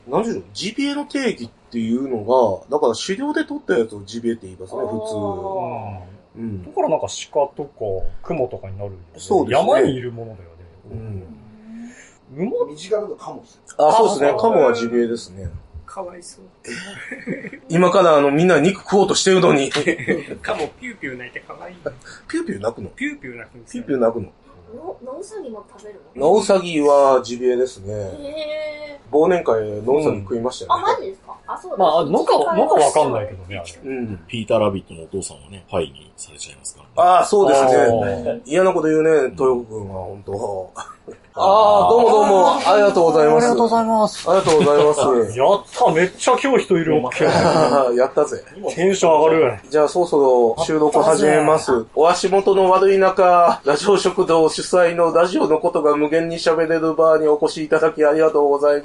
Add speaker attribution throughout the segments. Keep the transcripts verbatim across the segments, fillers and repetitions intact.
Speaker 1: なんでしょう、ジビエの定義っていうのが、だから狩猟で取ったやつをジビエって言いますね、普通。うん。
Speaker 2: だからなんか鹿とかクモとかになるんで、ね。
Speaker 1: そうですね。
Speaker 2: 山にいるものだよね。うん。
Speaker 3: 馬短くカモです。
Speaker 1: あ、そうですね。カモはジビエですね。
Speaker 4: かわいそう。
Speaker 1: 今からあのみんな肉食おうとしてるのに。
Speaker 4: カモピューピュー泣いてかわいい。
Speaker 1: ピューピュー泣くの？
Speaker 4: ピューピュー泣くんですよ。
Speaker 1: ピューピュー泣くの？
Speaker 5: ノウサギも食べる
Speaker 1: の？ノウサギはジビエですね。
Speaker 5: へー。
Speaker 1: 忘年会ノウサギ食いましたよ
Speaker 5: ね。あ、マジですか？あ、そうです。
Speaker 2: まあ、のか、のかわかんないけどね、あれ。
Speaker 6: うん。ピーターラビットのお父さんはね、ハイにされちゃいますからね。
Speaker 1: ああ、そうですね。嫌なこと言うね、豊子くんは、本当。ああ、どうもどうも、ありがとうございます。
Speaker 2: ありがとうございます。
Speaker 1: ありがとうございます。
Speaker 2: やった、めっちゃ今日人いるよ。
Speaker 1: やったぜ。
Speaker 2: テンション上がる。
Speaker 1: じゃあ、そろそろ収録始めます。お足元の悪い中、ラジオ食堂主催のラジオのことが無限に喋れるバーにお越しいただきありがとうございます。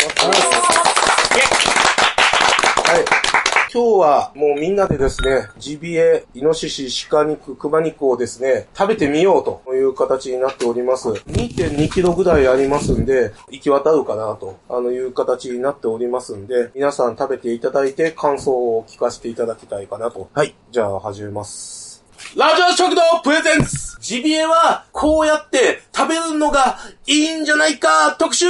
Speaker 1: はい。今日はもうみんなでですね、ジビエ、イノシシ、鹿肉、熊肉をですね、食べてみようという形になっております。にてんにキロぐらいありますんで、行き渡るかなとあのいう形になっておりますんで、皆さん食べていただいて感想を聞かせていただきたいかなと。はい。じゃあ始めます。ラジオ食堂プレゼンツ！ジビエはこうやって食べるのがいいんじゃないか特集！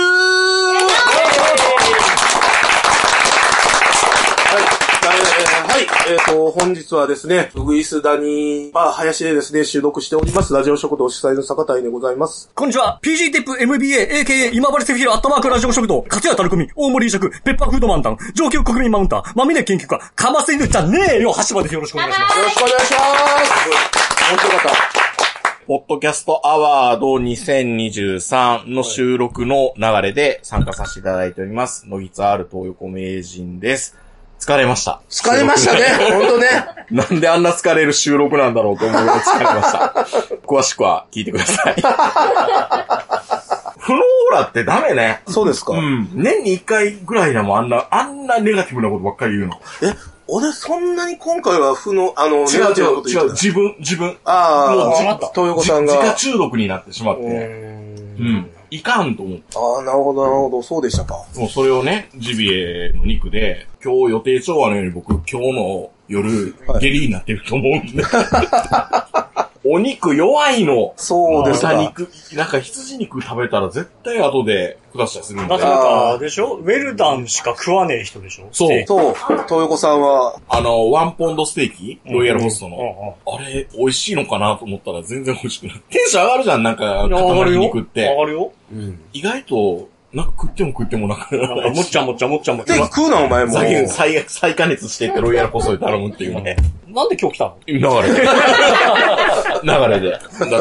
Speaker 1: はい、えっ、ー、と、本日はですね、ウグイス谷バー林でですね、収録しております、ラジオ食堂主催の坂谷でございます。
Speaker 2: こんにちは、ピージー テップ エムビーエー、エーケーエー 今治セフィルアットマークラジオ食堂、勝谷たるくみ、大森医食、ペッパーフードマンタン、上級国民マウンター、まみね研究家、かませ犬じゃねえよ、橋場です。よろしくお願いします。
Speaker 1: よろしくお願いします。面白かった。
Speaker 6: ポッドキャストアワードにせんにじゅうさんの収録の流れで参加させていただいております。野木津 R 東横名人です。疲れました。
Speaker 1: 疲れましたね。ほんとね。
Speaker 6: なんであんな疲れる収録なんだろうと思うぐらい疲れました。詳しくは聞いてください。フローラってダメね。
Speaker 1: そうですか。
Speaker 6: うん。年に一回ぐらいでもあんな、あんなネガティブなことばっかり言うの。
Speaker 1: え、俺そんなに今回は負の、あの、
Speaker 6: 違う違う違う、自分、自分。
Speaker 1: ああ、
Speaker 6: もう
Speaker 1: 東横さんが。
Speaker 6: 自家中毒になってしまって。うん。いかんと思った。
Speaker 1: ああ、なるほど、なるほど。そうでしたか。
Speaker 6: もうそれをね、ジビエの肉で、今日予定調和のように僕、今日の夜、はい、下痢になってると思うんで。お肉弱いの。
Speaker 1: そうですか。
Speaker 6: 豚肉、なんか羊肉食べたら絶対後で下したりするんで。
Speaker 2: だってなんか、でしょウェルダンしか食わねえ人でしょ
Speaker 6: そう。
Speaker 1: そう。東横さんは、
Speaker 6: あの、ワンポンドステーキロイヤルホストの。うんうん、あれ、美味しいのかなと思ったら全然美味しくない。テンション上がるじゃん、なんか、塊肉って。
Speaker 2: 上がるよ。
Speaker 6: うん。意外と、なんか食っても食ってもなくな
Speaker 2: る。もっちゃもっちゃもっちゃもっちゃ。
Speaker 1: で、食うなお前も。
Speaker 6: 再、再、再加熱してってロイヤルホストで頼むっていうね。
Speaker 2: なんで今日来たの？
Speaker 6: 流れで。流れで。だって、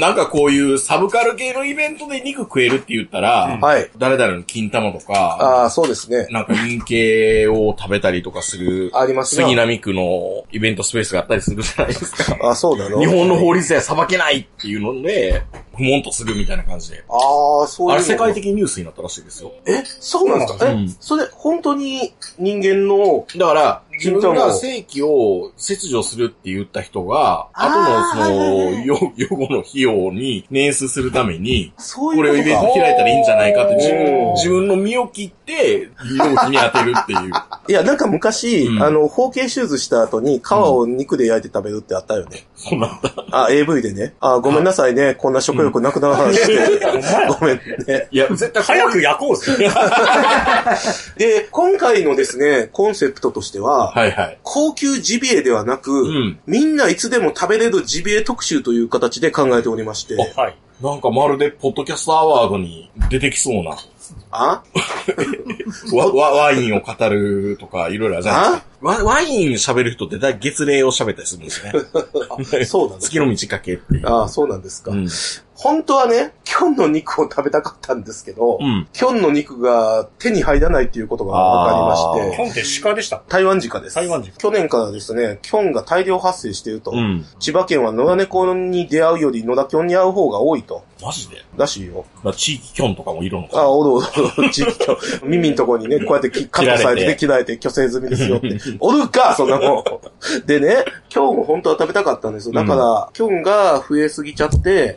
Speaker 6: なんかこういうサブカル系のイベントで肉食えるって言ったら、
Speaker 1: はい。
Speaker 6: 誰々の金玉とか、
Speaker 1: ああ、そうですね。
Speaker 6: なんか陰系を食べたりとかする、
Speaker 1: ありますね。
Speaker 6: 杉並区のイベントスペースがあったりするじゃないですか。
Speaker 1: あ、そうなの？
Speaker 6: 日本の法律では裁けないっていうので、不問とするみたいな感じで。
Speaker 1: ああ、そういう。
Speaker 6: あれ世界的ニュースになったらしいですよ。
Speaker 1: え、そうなんですか？え、うん、それ、本当に人間の、
Speaker 6: だから、自分が正規を切除するって言った人が、後のその、予後の費用に捻出するために、これをイベント開いたらいいんじゃないかって自分、自分の身を切って、医療費に当てるっていう。
Speaker 1: いや、なんか昔、うん、あの、包茎手術した後に皮を肉で焼いて食べるってあったよね。
Speaker 6: うん、そうなんだ。
Speaker 1: あ、エーブイ でね。あ、ごめんなさいね。こんな食欲なくなる話して。うん、ごめんね。
Speaker 6: いや、絶対
Speaker 2: 早く焼こうぜ。
Speaker 1: で、今回のですね、コンセプトとしては、
Speaker 6: はいはい。
Speaker 1: 高級ジビエではなく、うん、みんないつでも食べれるジビエ特集という形で考えておりまして。
Speaker 6: はい。なんかまるでポッドキャストアワードに出てきそうな。
Speaker 1: あ
Speaker 6: ワ, ワ, ワインを語るとかいろいろあるじゃないですか。ワ, ワイン喋る人ってだい月齢を喋ったりするんですね。
Speaker 1: あ、そうなんですか。
Speaker 6: 月の満ち欠けっていう。
Speaker 1: ああ、そうなんですか。うん、本当はね、キョンの肉を食べたかったんですけど、うん、キョンの肉が手に入らないっていうことが分かりまして。
Speaker 2: キョンって鹿でした？
Speaker 1: 台湾鹿です。
Speaker 2: 台湾鹿。
Speaker 1: 去年からですね、キョンが大量発生していると。うん、千葉県は野良猫に出会うより野良キョンに会う方が多いと。
Speaker 6: マジで？
Speaker 1: らしいよ。
Speaker 6: 地域キョンとかもいるのか。
Speaker 1: あ、おるおるおる。地域キョン。耳のところにね、こうやってカットされて切られて虚勢済みですよって。おるか、そんなもん。でね、キョンを本当は食べたかったんですよ。だから、うん、キョンが増えすぎちゃって、食害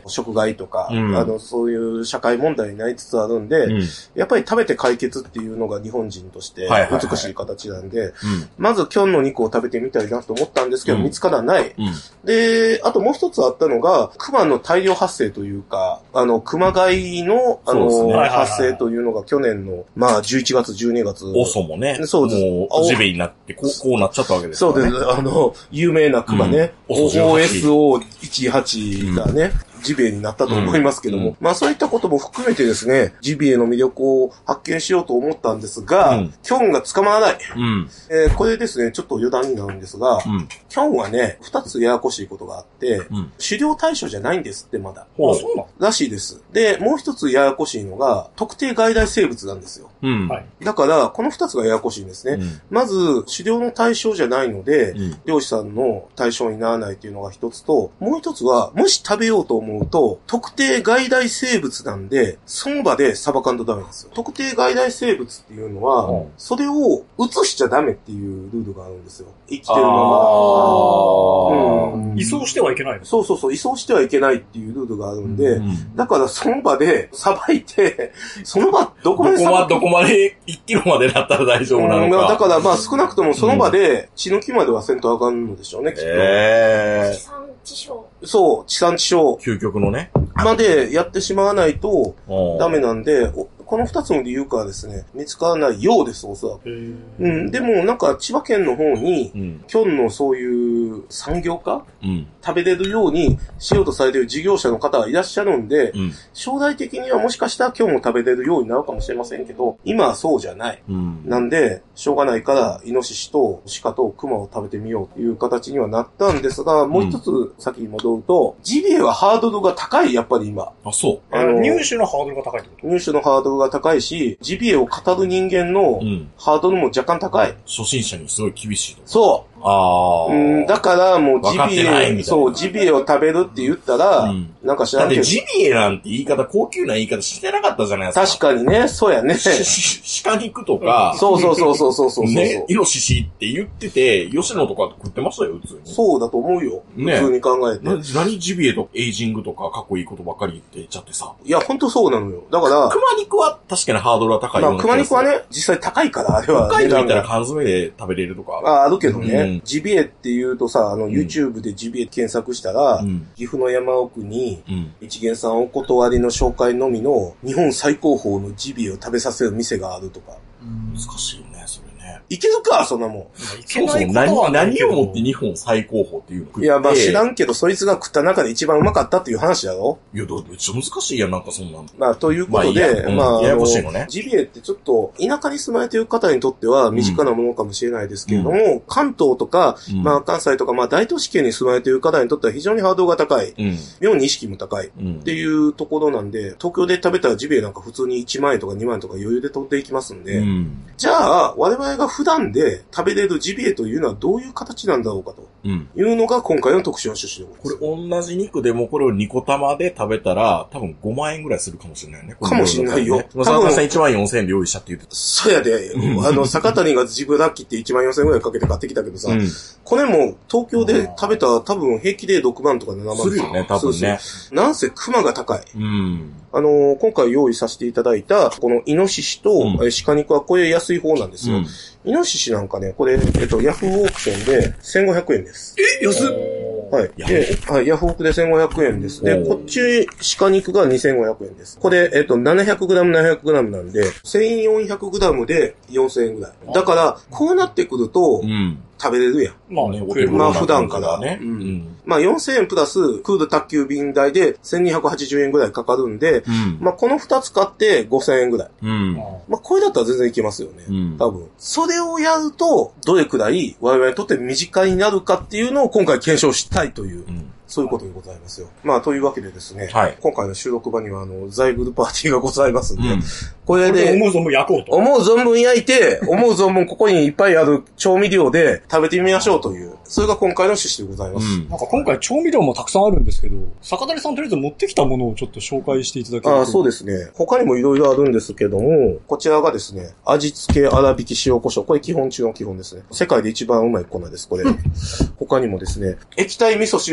Speaker 1: いとか、うん、あの、そういう社会問題になりつつあるんで、うん、やっぱり食べて解決っていうのが日本人として美しい形なんで、はいはいはい、まずキョンの肉を食べてみたいなと思ったんですけど、うん、見つからない、うん。で、あともう一つあったのが、熊の大量発生というか、あの、熊飼いの、あの、ね、発生というのが去年の、まあ、じゅういちがつ、じゅうにがつ。
Speaker 6: オソもね。そうです。もう、ジベになって、こう、こうなっちゃったわけですよね。
Speaker 1: そうです。あの、有名な熊ね。うん、オーエスオーじゅうはち がね、うんジビエになったと思いますけども、うん、まあそういったことも含めてですね、ジビエの魅力を発見しようと思ったんですが、うん、キョンが捕まらない。うんえー、これですね、ちょっと余談になるんですが、うん、キョンはね、二つややこしいことがあって、うん、狩猟対象じゃないんですってまだ。あ、そうなの？らしいです。で、もう一つややこしいのが、特定外来生物なんですよ。うん、だから、この二つがややこしいんですね。うん、まず、狩猟の対象じゃないので、うん、漁師さんの対象にならないというのが一つと、もう一つは、もし食べようと思うと、特定外来生物なんで、その場で裁かんとダメなんですよ。特定外来生物っていうのは、うん、それを移しちゃダメっていうルールがあるんですよ。生きてるまま。うん、
Speaker 2: 移送してはいけないの？
Speaker 1: そうそうそう、移送してはいけないっていうルールがあるんで、うん、だからその場で裁いて、その場、どこまで裁く？
Speaker 6: どこま、どこまでいちキロまでだったら大丈夫なのか。
Speaker 1: うん、だからまあ少なくともその場で血抜きまではせんとあかんのでしょうね、きっと。
Speaker 5: えー、地産地消。
Speaker 1: そう、地産地消。
Speaker 6: 究極のね。
Speaker 1: までやってしまわないとダメなんで、この二つの理由からですね、見つからないようです、おそらく。うん。でも、なんか、千葉県の方に、うん、キョンのそういう産業化、うん、食べれるようにしようとされている事業者の方がいらっしゃるんで、うん、将来的にはもしかしたらキョンを食べれるようになるかもしれませんけど、今はそうじゃない。うん、なんで、しょうがないから、イノシシと鹿とクマを食べてみようという形にはなったんですが、もう一つ先に戻ると、ジビエはハードルが高い、やっぱり今。
Speaker 6: あ、そう。
Speaker 2: あの、入手のハードルが高いってこと？
Speaker 1: 入手のハードルが高いし、ジビエを語る人間のハードルも若干高い。
Speaker 6: 初心者にすごい厳しい。
Speaker 1: そう。
Speaker 6: ああ、
Speaker 1: うん。だからもうジビエ、そう、ジビエを食べるって言ったら、うん、なんか知らんけど。
Speaker 6: だってジビエなんて言い方、高級な言い方してなかったじゃないですか。
Speaker 1: 確かにね、そうやね。
Speaker 6: 鹿肉とか、
Speaker 1: そうそうそうそうそうそう。
Speaker 6: ね、イノシシって言ってて、吉野とか食ってましたよ、普通に。
Speaker 1: そうだと思うよ。ね、普通に考えて。
Speaker 6: 何ジビエとエイジングとかかっこいいことばっかり言ってちゃってさ。
Speaker 1: いや、ほんとそうなのよ。だから、
Speaker 6: 熊肉は確かにハードルは高いような。
Speaker 1: まあ、熊肉はね、実際高いから、あれは。
Speaker 6: 北海道行ったら缶詰で食べれるとか。
Speaker 1: あ、あるけどね。うん、ジビエって言うとさ、あの、YouTube でジビエ検索したら、うん、岐阜の山奥に、うん、一元さんお断りの紹介のみの、日本最高峰のジビエを食べさせる店があるとか。
Speaker 6: 難しいよね、それね。
Speaker 1: いけるか、そんなもん。
Speaker 6: そうそう、何、何をもって日本最高峰っていうの？
Speaker 1: いや、まあ知らんけど、そいつが食った中で一番うまかったっていう話だろ？
Speaker 6: いや、だってめっちゃ難しいやん、なんかそんなの。
Speaker 1: まあ、ということで、まあ、
Speaker 6: ややこしいのね。
Speaker 1: ジビエってちょっと、田舎に住まれている方にとっては身近なものかもしれないですけれども、うん、関東とか、うん、まあ、関西とか、まあ、大都市圏に住まれている方にとっては非常にハードルが高い。うん、妙に意識も高い。うん、っていうところなんで、東京で食べたらジビエなんか普通にいちまんえんとかにまんえんとか余裕で取っていきますんで、うん、じゃあ、我々が普段で食べれるジビエというのはどういう形なんだろうかと。うん、いうのが今回の特集の趣旨でございます。
Speaker 6: これ同じ肉でもこれをにこ玉で食べたら多分ごまんえんぐらいするかもしれないね。
Speaker 1: かもしれないよ。
Speaker 6: 多分さんいちまんよんせんえんで用意したって言ってた。
Speaker 1: そうやで。あの、坂谷がジブラッキっていちまんよんせんえんぐらいかけて買ってきたけどさ、うん、これも東京で食べたら多分平気でろくまんとかななまん
Speaker 6: するよね、多分ね。
Speaker 1: なんせ熊が高い。
Speaker 6: うん、
Speaker 1: あの、今回用意させていただいた、このイノシシと、うん、鹿肉はこれ安い方なんですよ。うんイノシシなんかね、これ、えっと、ヤフーオークションでせんごひゃくえんです。
Speaker 2: え安っ
Speaker 1: はい。で、はい、ヤフオクでせんごひゃくえんです。で、こっち、鹿肉がにせんごひゃくえんです。これ、えっと、ななひゃくグラム、ななひゃくグラムなんで、せんよんひゃくグラムでよんせんえんぐらい。だから、こうなってくると、うん、食べれるやん。
Speaker 2: まあね、
Speaker 1: まあ普段からね。うん。まあよんせんえんプラス、クール宅急便代でせんにひゃくはちじゅうえんぐらいかかるんで、うん、まあこのふたつ買ってごせんえんぐらい。うん。まあこれだったら全然いけますよね。うん。多分。それをやると、どれくらい我々にとって身近になるかっていうのを今回検証したいという。うんそういうことでございますよ。まあ、というわけでですね。はい。今回の収録場には、あの、ザイグルパーティーがございますんで。うん、これで、
Speaker 2: 思う存分焼こうと。
Speaker 1: 思う存分焼いて、思う存分ここにいっぱいある調味料で食べてみましょうという。それが今回の趣旨でございます。うん、
Speaker 2: なんか今回調味料もたくさんあるんですけど、坂谷さんとりあえず持ってきたものをちょっと紹介していただけると。
Speaker 1: ああ、そうですね。他にもいろいろあるんですけども、こちらがですね、味付け粗挽き塩胡椒。これ基本中の基本ですね。世界で一番うまい粉です、これ。他にもですね、液体味噌汁の素。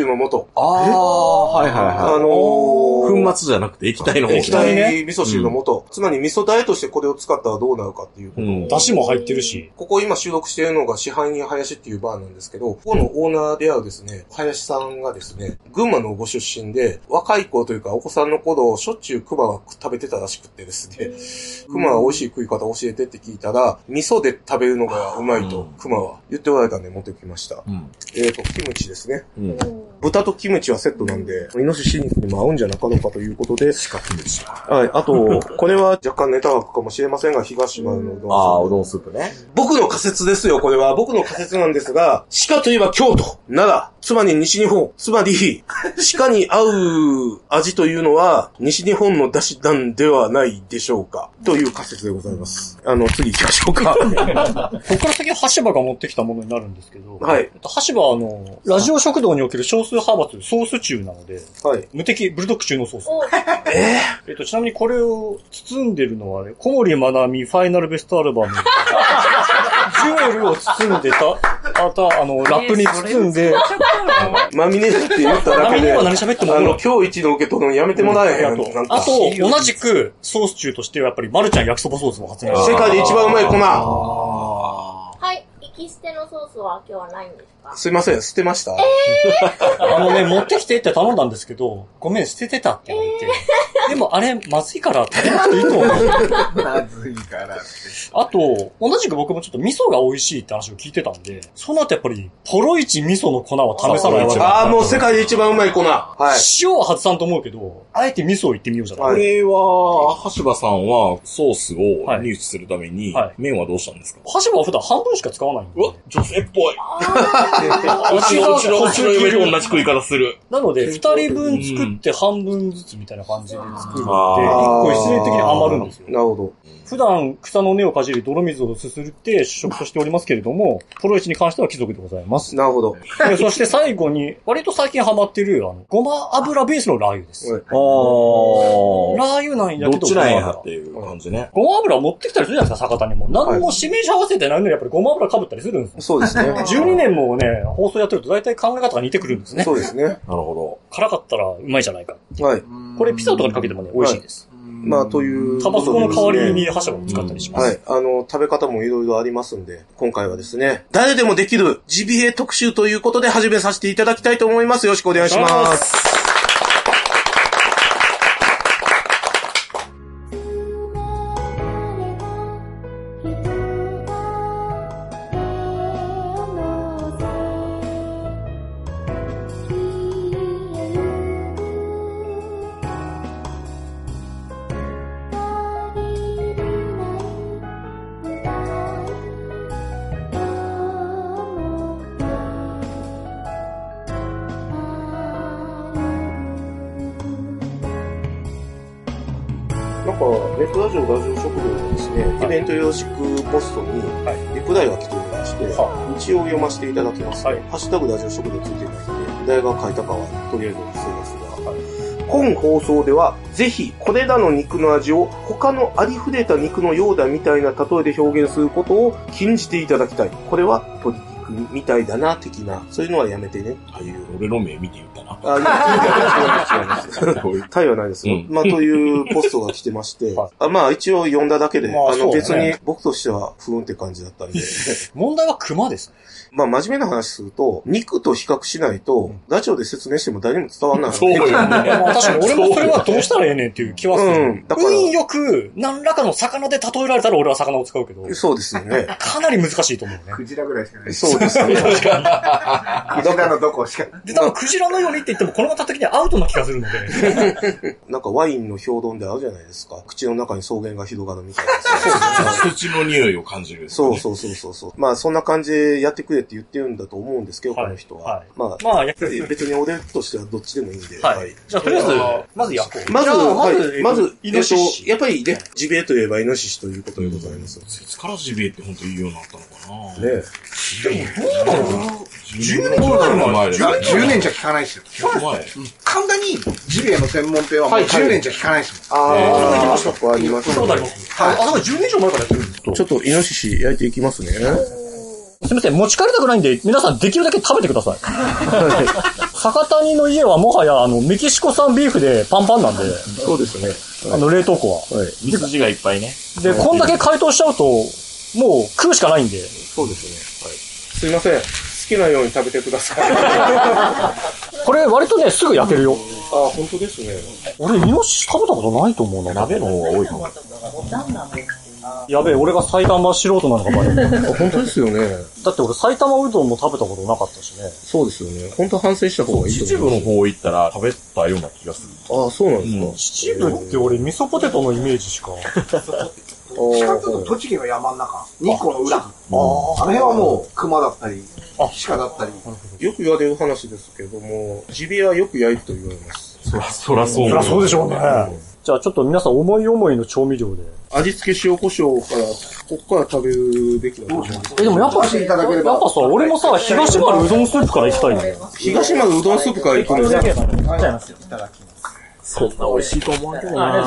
Speaker 6: ああ、はいはいはい。
Speaker 1: あのー、
Speaker 6: 粉末じゃなくて液体の方
Speaker 1: 液体味噌汁の素。うん、つまり味噌だれとしてこれを使ったらどうなるかっていうこと。うん、
Speaker 2: だしも入ってるし。
Speaker 1: ここ今収録しているのが支配人林っていうバーなんですけど、ここのオーナーであるですね、林さんがですね、群馬のご出身で、若い子というかお子さんの頃、しょっちゅう熊は食べてたらしくてですね、熊は美味しい食い方教えてって聞いたら、味噌で食べるのがうまいと、熊は言っておられたんで持ってきました。うん、えっと、キムチですね。うん、豚とキムチはセットなんで、イノシシ肉にも合うんじゃなかろうかということで、
Speaker 6: しかキムチ。
Speaker 1: はい。あと、これは若干ネタ枠かもしれませんが、東丸のうどんスープ。
Speaker 6: ああ、うどんスープね。
Speaker 1: 僕の仮説ですよ、これは。僕の仮説なんですが、鹿といえば京都、奈良、つまり西日本、つまり、鹿に合う味というのは、西日本の出汁なんではないでしょうか。という仮説でございます。あの、次行きましょうか。
Speaker 2: ここから先は橋場が持ってきたものになるんですけど、
Speaker 1: はい。
Speaker 2: 橋場はあの、ラジオ食堂における少数派閥ソース中なので、はい。無敵ブルドッグ中のソース。えー、えっと、ちなみにこれを包んでるのはね、小森まなみファイナルベストアルバム。ジュエルを包んでた、また、あの、ラップに包んで、
Speaker 1: まみねって言っただけで。
Speaker 2: まみねは何喋っても
Speaker 1: あの、今日一の受け取るのやめてもらえへん。うん、
Speaker 2: あと、あと同じくソース中としてはやっぱりマルちゃん焼きそばソースも発明
Speaker 1: 世界で一番うまい粉。
Speaker 5: はい。行き捨てのソースは今日はないんですか？
Speaker 1: すいません、捨てました。
Speaker 5: え
Speaker 2: ー、あのね、持ってきてって頼んだんですけど、ごめん、捨ててたって言われて。えー、でもあれ、まずいから食べなくていいと思う。
Speaker 3: まずいからって。
Speaker 2: あと、同じく僕もちょっと味噌が美味しいって話を聞いてたんで、その後やっぱり、ポロイチ味噌の粉を試さないわけ
Speaker 1: ああ、もう世界で一番うまい粉。はい。
Speaker 2: 塩は外さんと思うけど、あえて味噌をいってみようじゃない。
Speaker 6: これは、橋場さんはソースを入手するために、はいはい、麺はどうしたんですか？
Speaker 2: 橋場は普段半分しか使わないんで。
Speaker 6: うわ、女性っぽい。うちの、うちの、うちの嫁と同じ食い方する。
Speaker 2: なので、二人分作って半分ずつみたいな感じで作るって、一個必然的に余るんですよ。
Speaker 1: なるほど。
Speaker 2: 普段草の根をかじり泥水をすするって主食としておりますけれども、ポロイチに関しては貴族でございます。
Speaker 1: なるほど。
Speaker 2: そして最後に、割と最近ハマってる、あの、ごま油ベースのラー油です。あー。ラー油なんやけど。
Speaker 6: どっちなんやっていう感じね。
Speaker 2: ごま油持ってきたりするじゃないですか、酒田にも。何も指名者合わせてないのにやっぱりごま油被ったりするんですよ。
Speaker 1: そうですね。
Speaker 2: じゅうにねんもね、放送やってると大体考え方が似てくるんですね。
Speaker 1: そうですね。なる
Speaker 6: ほど。
Speaker 2: 辛かったらうまいじゃないか。
Speaker 1: はい。
Speaker 2: これピザとかにかけてもね、美味しいです。
Speaker 1: まあ、という。
Speaker 2: タバスコの代わりに箸を使ったりします。
Speaker 1: はい。あの、食べ方もいろいろありますんで、今回はですね、誰でもできるジビエ特集ということで始めさせていただきたいと思います。よろしくお願いします。なんか、ネットラジオ、ラジオ食堂のですね、はい、イベントよろしくポストに、リプライが来ておりまして、はい、一応読ませていただきます。はい、ハッシュタグラジオ食堂ついてないんで、誰が書いたかはとりあえず伏せますが、はい、本放送では、ぜひ、これらの肉の味を他のありふれた肉のようだみたいな例えで表現することを禁じていただきたい。これは鶏肉みたいだな、的な。そういうのはやめてね。
Speaker 6: ああいう、俺の目見て言ったな。
Speaker 1: ああ、いや、違います。違います。タイはないですよ。うん、まあ、というポストが来てまして、はい、あまあ、一応読んだだけで、まあ、あの、ね、別に僕としては、ふーんって感じだったんで。
Speaker 2: 問題は熊ですね。
Speaker 1: まあ、真面目な話すると、肉と比較しないと、ラジオで説明しても誰にも伝わらない。
Speaker 6: そうよね。
Speaker 2: まあ、確かに俺もそれはどうしたらええねんっていう気はする。うん。だから。運よく、何らかの魚で例えられたら俺は魚を使うけど。
Speaker 1: そうですよね。
Speaker 2: かなり難しいと思うね。
Speaker 3: クジラぐらいしかない。
Speaker 1: そうですね。
Speaker 3: 確かに。クジラのどこしか。
Speaker 2: で、多分クジラのようにって言っても、この方的にはアウトな気がするの
Speaker 1: で。なんかワインの評論であるじゃないですか。口の中に草原が広がるみたいな。
Speaker 6: そうですね。土の匂いを感じる、ね。
Speaker 1: そうそうそうそうそう。まあ、そんな感じでやってくれって言ってるんだと思うんですけど、はい、この人は。はい、まあ、まあ、別に俺としてはどっちでもいいんで。
Speaker 2: はい。はい、じゃあ、とりあえず、まず焼こう。
Speaker 1: まず、はい、まず、イノシシ。やっぱりね、ジビエといえばイノシシということでございます。い
Speaker 6: つからジビエって本当に言うようになったのかなね
Speaker 1: え。
Speaker 3: でも、どうなのじゅうねんぐらい前。じゅうねんじゃ聞かないですよ。前。神田にジビエの専門店はもうじゅうねんじゃ聞かないですもん。
Speaker 1: ああ、あそこあります。
Speaker 2: そうだります。はい。あ、なんかじゅうねん以上前からやってるんです
Speaker 1: ちょっとイノシシ焼いていきますね。
Speaker 2: すみません、持ち帰りたくないんで、皆さんできるだけ食べてください。 坂谷の家はもはや、あの、メキシコ産ビーフでパンパンなんで。
Speaker 1: そうですね。
Speaker 2: あの、冷凍庫は。
Speaker 6: はい。ミスジがいっぱいね。
Speaker 2: で、こんだけ解凍しちゃうと、もう食うしかないんで。
Speaker 1: そうですね。はい。すいません。好きなように食べてください。
Speaker 2: これ割とね、すぐ焼けるよ。
Speaker 1: ああ、本当ですね。
Speaker 2: 俺、イノシシ食べたことないと思うな。
Speaker 6: 鍋の方が多いかも。
Speaker 2: やべえ、俺が埼玉素人なのかバレる。
Speaker 1: 本当ですよね。
Speaker 2: だって俺埼玉うどんも食べたことなかったしね。
Speaker 1: そうですよね。本当反省した方がいいと
Speaker 6: 秩父の方行ったら食べたような気がする。
Speaker 1: ああ、そうなんですか。
Speaker 2: 秩父って俺味噌ポテトのイメージしか。
Speaker 3: 近くの栃木の山の中、日光の裏。あの辺はもう熊だったり、鹿だったり。
Speaker 1: よく言われる話ですけども、ジビエはよく焼いてと言われます。
Speaker 6: そら、そらそう。
Speaker 2: そらそうでしょうね。じゃあちょっと皆さん思い思いの調味料で。
Speaker 1: 味付け塩コショウから、ここから食べるべきだと思うんです。
Speaker 2: え、でもやっぱし、やっぱさ、俺もさ、東丸うどんスープから行きたいんだよ。
Speaker 1: 東丸うどんスープから行くんですか？
Speaker 2: いただきます。いただきます。
Speaker 6: そんな美味しいと思わんけどな。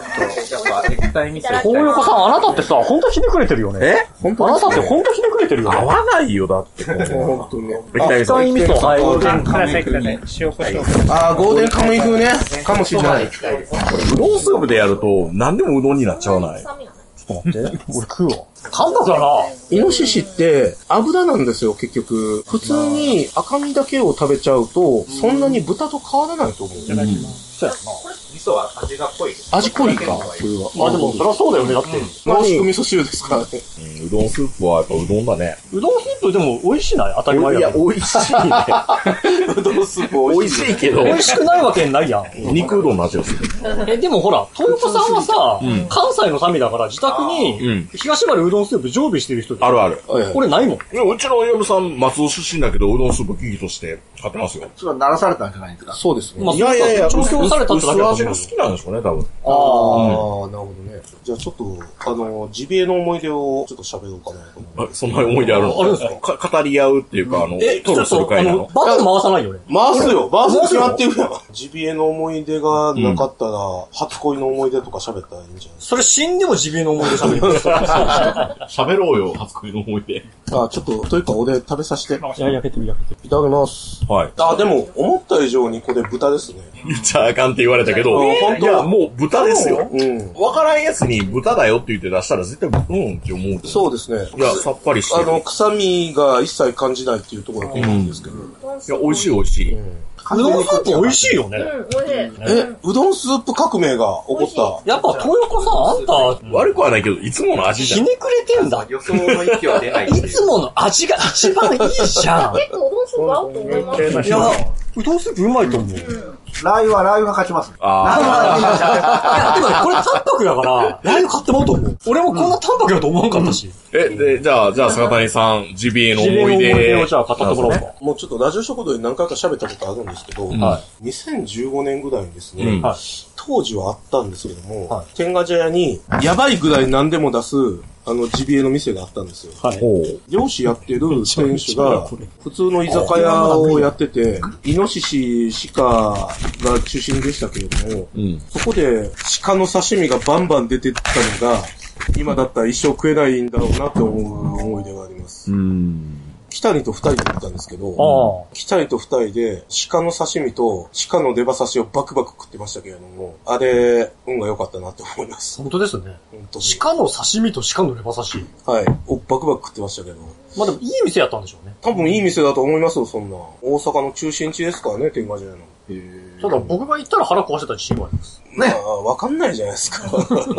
Speaker 2: 東横さん、あなたってさ、ほんとひねくれてるよね。
Speaker 6: え
Speaker 2: 本当あなたってほんとひねくれてるよね。
Speaker 6: 合わないよ、だって。
Speaker 1: 本当に。
Speaker 2: 液体味噌、はい。
Speaker 4: ゴーデンくださいください。塩コショウ。
Speaker 1: ああ、ゴーデンカムイ風ね。かもしれない。
Speaker 6: うどんスープでやると、何でもうどんになっちゃわない。
Speaker 2: ちょっと待って。俺食うわ。淡白だな。
Speaker 1: イノシシって油なんですよ、結局。普通に赤身だけを食べちゃうと、そんなに豚と変わらないと思う。
Speaker 2: そうやな。
Speaker 7: 味噌は味が濃い。
Speaker 1: 味濃いか、これは。
Speaker 2: あ、でもそりゃそうだよね、だって。
Speaker 1: 濃縮味噌汁ですからね。
Speaker 6: うん、うどんスープはやっぱうどんだね。
Speaker 2: うどんスープでも美味しいない当たり前や。
Speaker 6: いや、美味しいね。
Speaker 1: うどんスープ美味しい。
Speaker 6: 美味しいけど。
Speaker 2: 美味しくないわけないやん。
Speaker 6: 肉うどんの味がする。
Speaker 2: え、でもほら、東横さんはさ、関西の民だから自宅に、東丸うどんスープ常備してる人
Speaker 6: あるある。
Speaker 2: 俺ないもん。
Speaker 6: いや、うちの嫁さん、松尾出身だけど、うどんスープ機器として買ってますよ。
Speaker 3: それは鳴らされたんじゃないですか。
Speaker 1: そうですね。
Speaker 2: いやいやいや、調教されたってだけだ
Speaker 6: 薄味が好きなんでしょうね、多分。
Speaker 1: ああ、なるほどね。じゃあちょっと、あの、ジビエの思い出をちょっと喋ろうかなと思
Speaker 6: う。そんな思い出あるの？
Speaker 2: あるんです
Speaker 6: か語り合うっていうか、あの、
Speaker 2: え、
Speaker 6: トロする会なの？
Speaker 2: バトル回さないよね。
Speaker 1: 回すよ。回すに決まってるやん。ジビエの思い出がなかったら、初恋の思い出とか喋ったらいいんじゃない
Speaker 2: それ死んでもジビエの思い出喋ります。
Speaker 6: 喋ろうよ、初恋の思い出。
Speaker 1: あ、ちょっと、というか俺食べさせて。
Speaker 2: いや、焼けてる焼けてる。
Speaker 1: いただきます。
Speaker 6: はい。
Speaker 1: あ、でも、思った以上にこれ豚ですね。
Speaker 6: 言っちゃあかんって言われたけど、
Speaker 1: 本当
Speaker 6: いや、もう豚ですよ。
Speaker 1: うん。
Speaker 6: わからんやつに豚だよって言って出したら絶対うんって思う。
Speaker 1: そうですね。
Speaker 6: いや、さっぱりしてる。
Speaker 1: あの、臭みが一切感じないっていうところがいいんですけど。い
Speaker 6: や、美味しい美味しい。
Speaker 2: うどんスープ美味しいよね。
Speaker 5: うん、美味しい。
Speaker 1: え、うどんスープ革命が起こった。
Speaker 2: やっぱ東横さん、あんた、
Speaker 6: 悪くはないけど、いつもの味じゃん。
Speaker 2: ひねくれてんだ。
Speaker 7: 予想の域は出ない。
Speaker 2: いつもの味が一番いいじゃん。
Speaker 5: 結構うどんスープ合うと思います。
Speaker 2: いや、うどんスープうまいと思う。
Speaker 3: ラー油はラー油が勝ちます。
Speaker 6: あ
Speaker 2: あ。いや、でもこれ淡白だから、ラー油買ってもらうと思う。俺もこんな淡白だと思わんかったし。
Speaker 6: え、で、じゃあ、じゃあ、坂谷さん、ジビエの思い出。
Speaker 2: ジビエの思い出をじゃあ語ってもらおうか。
Speaker 1: もうちょっとラジオ食堂で何回か喋ったことあるんですけど、
Speaker 2: はい、
Speaker 1: にせんじゅうごねんぐらいにですね、
Speaker 6: うんはい、
Speaker 1: 当時はあったんですけども、はい、天下茶屋に、やばいぐらい何でも出す、あの、ジビエの店があったんですよ。はい。漁師やってる店主が、普通の居酒屋をやってて、イノシシ、鹿が中心でしたけれども、うん、そこで鹿の刺身がバンバン出てったのが、今だったら一生食えないんだろうなって思う思い出があります。うん北谷と二人で行ったんですけど、北谷と二人で鹿の刺身と鹿のレバ刺しをバクバク食ってましたけれども、あれ、運が良かったなって思います。
Speaker 2: 本当ですね。本当に鹿の刺身と鹿のレバ刺し。
Speaker 1: はい。おバクバク食ってましたけど。
Speaker 2: まあでもいい店やったんでしょうね。
Speaker 1: 多分いい店だと思いますよ、そんな。大阪の中心地ですからね、天下茶屋の。
Speaker 2: ただ僕が行ったら腹壊してた自信はあります。
Speaker 1: ね。ああ、わかんないじゃないですか。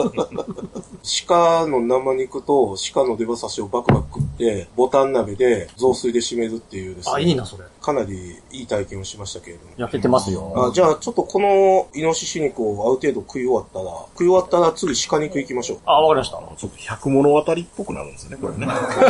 Speaker 1: 鹿の生肉と鹿のレバ刺しをバクバク食って、ボタン鍋で雑炊で締めるっていうですね。
Speaker 2: あ、いいな、それ。
Speaker 1: かなりいい体験をしましたけれども。
Speaker 2: 焼けてますよ。
Speaker 1: あ、じゃあちょっとこのイノシシ肉をある程度食い終わったら、食い終わったら次鹿肉行きましょう。
Speaker 2: あ、わかりました。
Speaker 6: ちょっと百物語っぽくなるんですね、これね。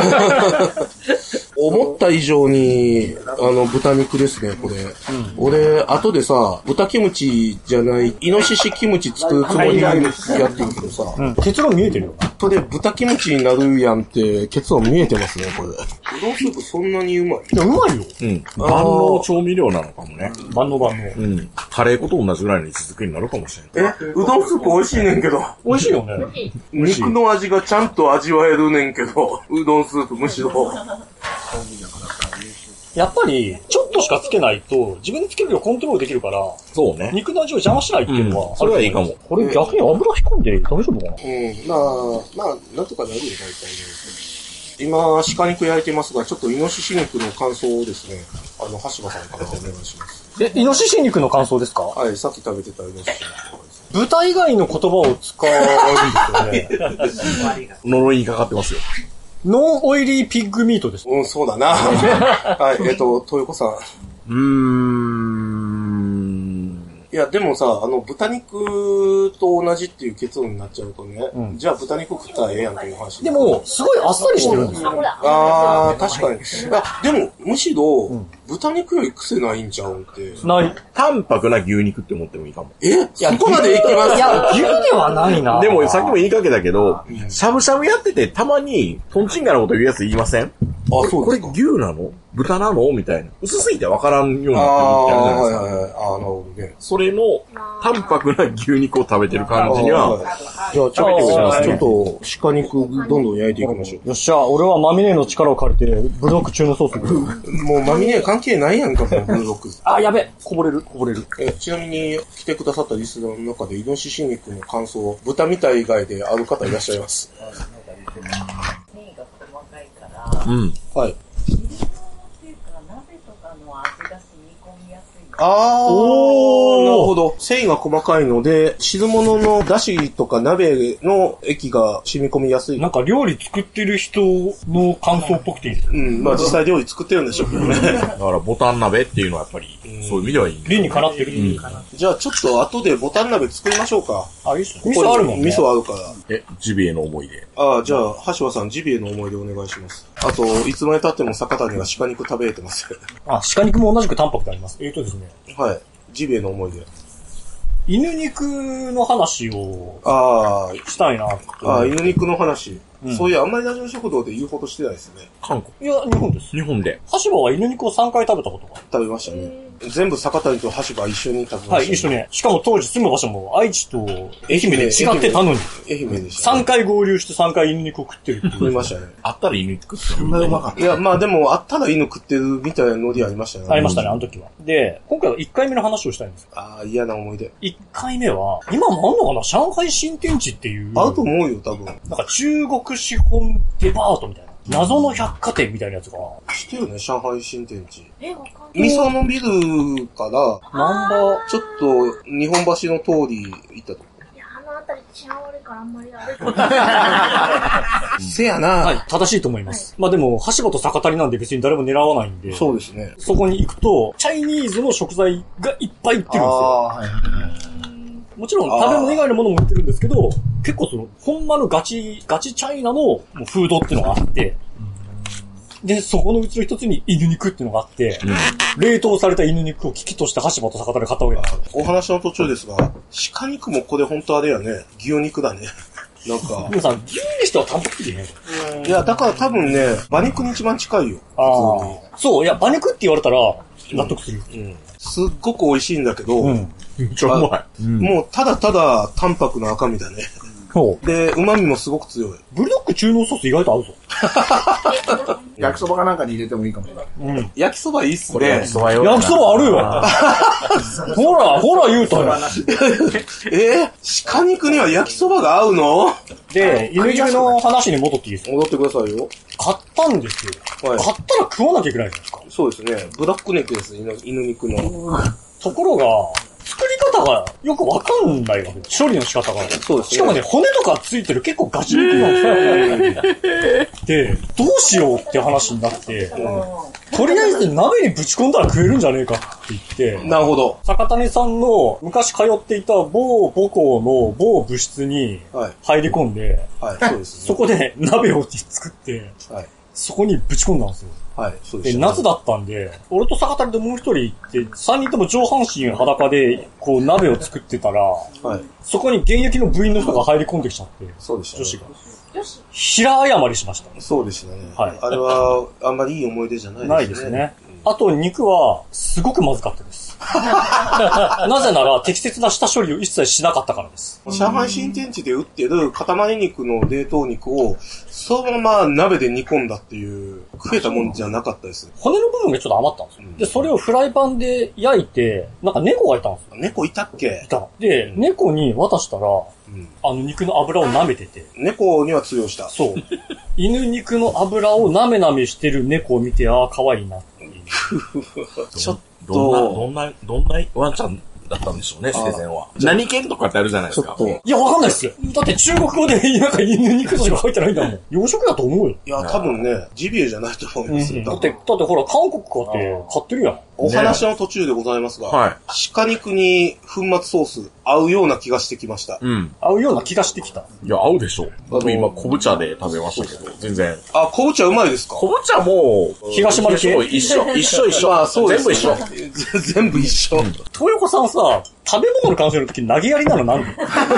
Speaker 1: 思った以上に、あの、豚肉ですね、これ。うん、俺、後でさ、豚キムチじゃない、イノシシキムチ作るつもりでやってるけどさ、
Speaker 2: うん、結論見えてるよ。
Speaker 1: それ豚キムチになるやんって結論見えてますね、これ。うどんスープそんなにうまい？
Speaker 2: いや、うまいよ。
Speaker 6: うん。万能調味料なのかもね。
Speaker 2: 万能万能。
Speaker 6: うん。カレー粉と同じぐらいの位置づけになるかもしれない。
Speaker 1: え、うどんスープ美味しいねんけど。
Speaker 2: 美味しいよね。
Speaker 1: 肉の味がちゃんと味わえるねんけど、うどんスープむしろ。
Speaker 2: やっぱり、ちょっと度しかつけないと、自分でつける量コントロールできるから、
Speaker 6: そうね。
Speaker 2: 肉の味を邪魔しないっていうのは、うん、
Speaker 6: それはいいかも。
Speaker 2: これ逆に油引っ込んで大丈夫かな？うん、
Speaker 1: まあ、まあ、なんとかなるよ、大体ね。今、鹿肉焼いてますが、ちょっとイノシシ肉の感想をですね、あの、橋場さんからお願いします。
Speaker 2: え、イノシシ肉の感想ですか？
Speaker 1: はい、さっき食べてたイノシシ肉です。
Speaker 2: 豚以外の言葉を使うんですよね。
Speaker 6: 呪いにかかってますよ。
Speaker 2: ノンオイリーピッグミートです。
Speaker 1: うん、そうだな。はい、えっと、豊子さん。う
Speaker 6: ーん。
Speaker 1: いや、でもさ、あの、豚肉と同じっていう結論になっちゃうとね、うん、じゃあ豚肉食ったらええやんっていう話。
Speaker 2: でも、すごいあっさりしてるんですよ。
Speaker 1: あー、確かに。あ、でも、むしろ、うん、豚肉より癖ないんちゃうんって。
Speaker 6: ない。淡白な牛肉って思ってもいいかも。
Speaker 1: えそこまでいきます？
Speaker 2: いや、牛ではないな。
Speaker 6: でも、さっきも言いかけたけど、しゃぶしゃぶやってて、たまに、トンチンガなこと言うやつ言いません？
Speaker 1: あ、そうですか。
Speaker 6: これ牛なの？豚なの？みたいな。薄すぎてわからんようになってるみたいな。
Speaker 1: ああ、はいはいはい。ああ、なるほどね。
Speaker 6: それの、淡白な牛肉を食べてる感じには。
Speaker 1: じゃあ、ちょっと、ちょっと、鹿肉どんどん焼いていきましょう。
Speaker 2: よっしゃ、俺はマミネの力を借りて、ブルドック中のソース。
Speaker 1: もうマミネ関係ないやんか、もうブルドック。
Speaker 2: あ、やべ、こぼれる、こぼれる。
Speaker 1: え、ちなみに、来てくださったリスナーの中で、イノシシ肉の感想、豚みたい以外である方いらっしゃいます。
Speaker 6: うん。
Speaker 1: はい。あー、おー、なるほど。繊維が細かいので、汁物の出汁とか鍋の液が染み込みやすい。
Speaker 2: なんか料理作ってる人の感想っぽくていいですか？
Speaker 1: うん、まあ実際料理作ってるんでしょうけどね。
Speaker 6: だからボタン鍋っていうのはやっぱり、そういう意味ではいい。
Speaker 2: 理にかなってる、うん、
Speaker 1: じゃあちょっと後でボタン鍋作りましょうか。
Speaker 2: あ、いいっすね。味噌あるもんね。
Speaker 1: 味噌あるから。
Speaker 6: え、ジビエの思い出。
Speaker 1: ああ、じゃあ、橋場さん、ジビエの思い出お願いします。あと、いつまで経っても坂谷が鹿肉食べれてます。
Speaker 2: あ、鹿肉も同じく淡白であります。えーとですね。
Speaker 1: はい。ジビエの思い出。
Speaker 2: 犬肉の話を、
Speaker 1: ああ、
Speaker 2: したいな。
Speaker 1: ああ、犬肉の話。うん、そういうあんまりラジオ食堂で言うほどしてないですね。
Speaker 6: 韓国？
Speaker 2: いや、日本です。
Speaker 6: 日本で。
Speaker 2: 橋場は犬肉をさんかい食べたことが
Speaker 1: 食べましたね。全部坂谷と橋場一緒に食べました、ね。
Speaker 2: はい、一緒に。しかも当時住む場所も愛知と愛媛で違ってたのに。
Speaker 1: 愛媛でした、
Speaker 2: ね。さんかい合流してさんかい犬肉を食ってるっていう。
Speaker 1: 食いましたね。
Speaker 6: あったら犬食ってる。そんなうまかった。
Speaker 1: いや、まあでも、あったら犬食ってるみたいなノリありましたね。
Speaker 2: ありましたね、あの時は。で、今回はいっかいめの話をしたいんですよ。
Speaker 1: ああ、嫌な思い出。
Speaker 2: いっかいめは、今もあんのかな？上海新天地っていう。
Speaker 1: あると思うよ、多分。
Speaker 2: なんか中国資本デパートみたいな。謎の百貨店みたいなやつかな。
Speaker 1: 知ってるね、上海新天地。
Speaker 5: え、わかんない。
Speaker 1: 味噌のビルから、
Speaker 2: ナンバ
Speaker 1: ー、ちょっと日本橋の通り行ったとこ。
Speaker 5: いや、あのあたり治安悪いからあんまり歩いてない。
Speaker 1: せやな。
Speaker 2: はい、正しいと思います。はい、まあでも、橋本坂谷なんで別に誰も狙わないんで。
Speaker 1: そうですね。
Speaker 2: そこに行くと、チャイニーズの食材がいっぱい売ってるんですよ。はい、もちろん食べ物以外のものも売ってるんですけど、結構その、ほんまのガチ、ガチチャイナのもうフードっていうのがあって、で、そこのうちの一つに犬肉っていうのがあって、うん、冷凍された犬肉を危機とした橋場と坂田で買ったわけです。
Speaker 1: お話の途中ですが、鹿肉もこれ本当あれやね、牛肉だね。なんか。
Speaker 2: 皆さん、牛にしては淡白でね。
Speaker 1: いや、だから多分ね、馬肉に一番近いよ。
Speaker 2: ああ。そう、いや、馬肉って言われたら、納得する。
Speaker 1: うん。うん、すっごく美味しいんだけど、うん。
Speaker 6: めっちゃうまい。
Speaker 1: もう、ただただ淡白な赤身だね。
Speaker 2: そう。
Speaker 1: で、旨味もすごく強い。
Speaker 2: ブルドック中濃ソース意外と合うぞ。
Speaker 3: 焼きそばかなんかに入れてもいいかもしれない。
Speaker 1: うん。焼きそばいいっすね。
Speaker 6: 焼きそばよ。
Speaker 2: 焼きそばあるよ。ほら、ほら言うたよ。
Speaker 1: えー、鹿肉には焼きそばが合うの？
Speaker 2: で、犬肉の話に戻っていいですか？
Speaker 1: 戻ってくださいよ。
Speaker 2: 買ったんですよ。はい。買ったら食わなきゃいけないじゃないですか。
Speaker 1: そうですね。ブラックネックです、犬肉の。
Speaker 2: ところが、作り方がよくわかんないわけです。処理の仕方が。
Speaker 1: そうですね。
Speaker 2: しかもね、骨とかついてる結構ガチ肉なんですよ。で、どうしようって話になって、うん、とりあえず鍋にぶち込んだら食えるんじゃねえかって言って、
Speaker 1: なるほど。
Speaker 2: 坂谷さんの昔通っていた某母校の某部室に入り込んで、
Speaker 1: はい、はい、そうですね。
Speaker 2: そこで鍋を作って、はい、そこにぶち込んだんですよ。
Speaker 1: はい、そうです、
Speaker 2: ね。で、夏だったんで、俺と坂谷ともう一人行って、三人とも上半身裸で、こう鍋を作ってたら、はい、そこに現役の部員の人が入り込んできちゃって、
Speaker 1: そうでしたね。
Speaker 2: 女子が。平謝りしました。
Speaker 1: そうでしたね。はい。あれは、あんまりいい思い出じゃないですね。
Speaker 2: ないですね。うん、あと、肉は、すごくまずかったです。 なぜなら適切な下処理を一切しなかったからです。
Speaker 1: 上海新天地で売ってる塊肉の冷凍肉をそのまま鍋で煮込んだっていう食えたもんじゃなかったです。
Speaker 2: 骨の部分がちょっと余ったんですよ。うん、で、それをフライパンで焼いて、なんか猫がいたんですよ。
Speaker 1: 猫いたっけ？
Speaker 2: いた。で、うん、猫に渡したら、うん、あの肉の油を舐めてて。
Speaker 1: 猫には通用した。
Speaker 2: そう。犬肉の油を舐め舐めしてる猫を見て、ああ、可愛いなっていう。
Speaker 1: ちょっと。
Speaker 6: どんな、どんな、どんなワンちゃんだったんでしょうね、生前は。何犬とかってあるじゃないですか。
Speaker 2: いや、わかんないっすよ。だって中国語でなんか犬肉としか書いてないんだもん。養殖だと思うよ。
Speaker 1: いや、多分ね、ジビエじゃないと思いますよ。
Speaker 2: だって、だってほら、韓国かって買ってるやん。
Speaker 1: お話の途中でございますが、はい、鹿肉に粉末ソース合うような気がしてきました。
Speaker 2: うん。合うような気がしてきた。
Speaker 6: いや、合うでしょう。僕今、昆布茶で食べましたけど、全然。
Speaker 1: あ、昆布茶うまいですか？
Speaker 6: 昆布茶も、
Speaker 2: 東丸系
Speaker 6: 一緒、一緒一緒。
Speaker 1: まあ、そうです。
Speaker 6: 全部一緒。
Speaker 1: 全部一緒。うん、
Speaker 2: 東横さんさ、食べ物の関係の時投げやりなのなんで？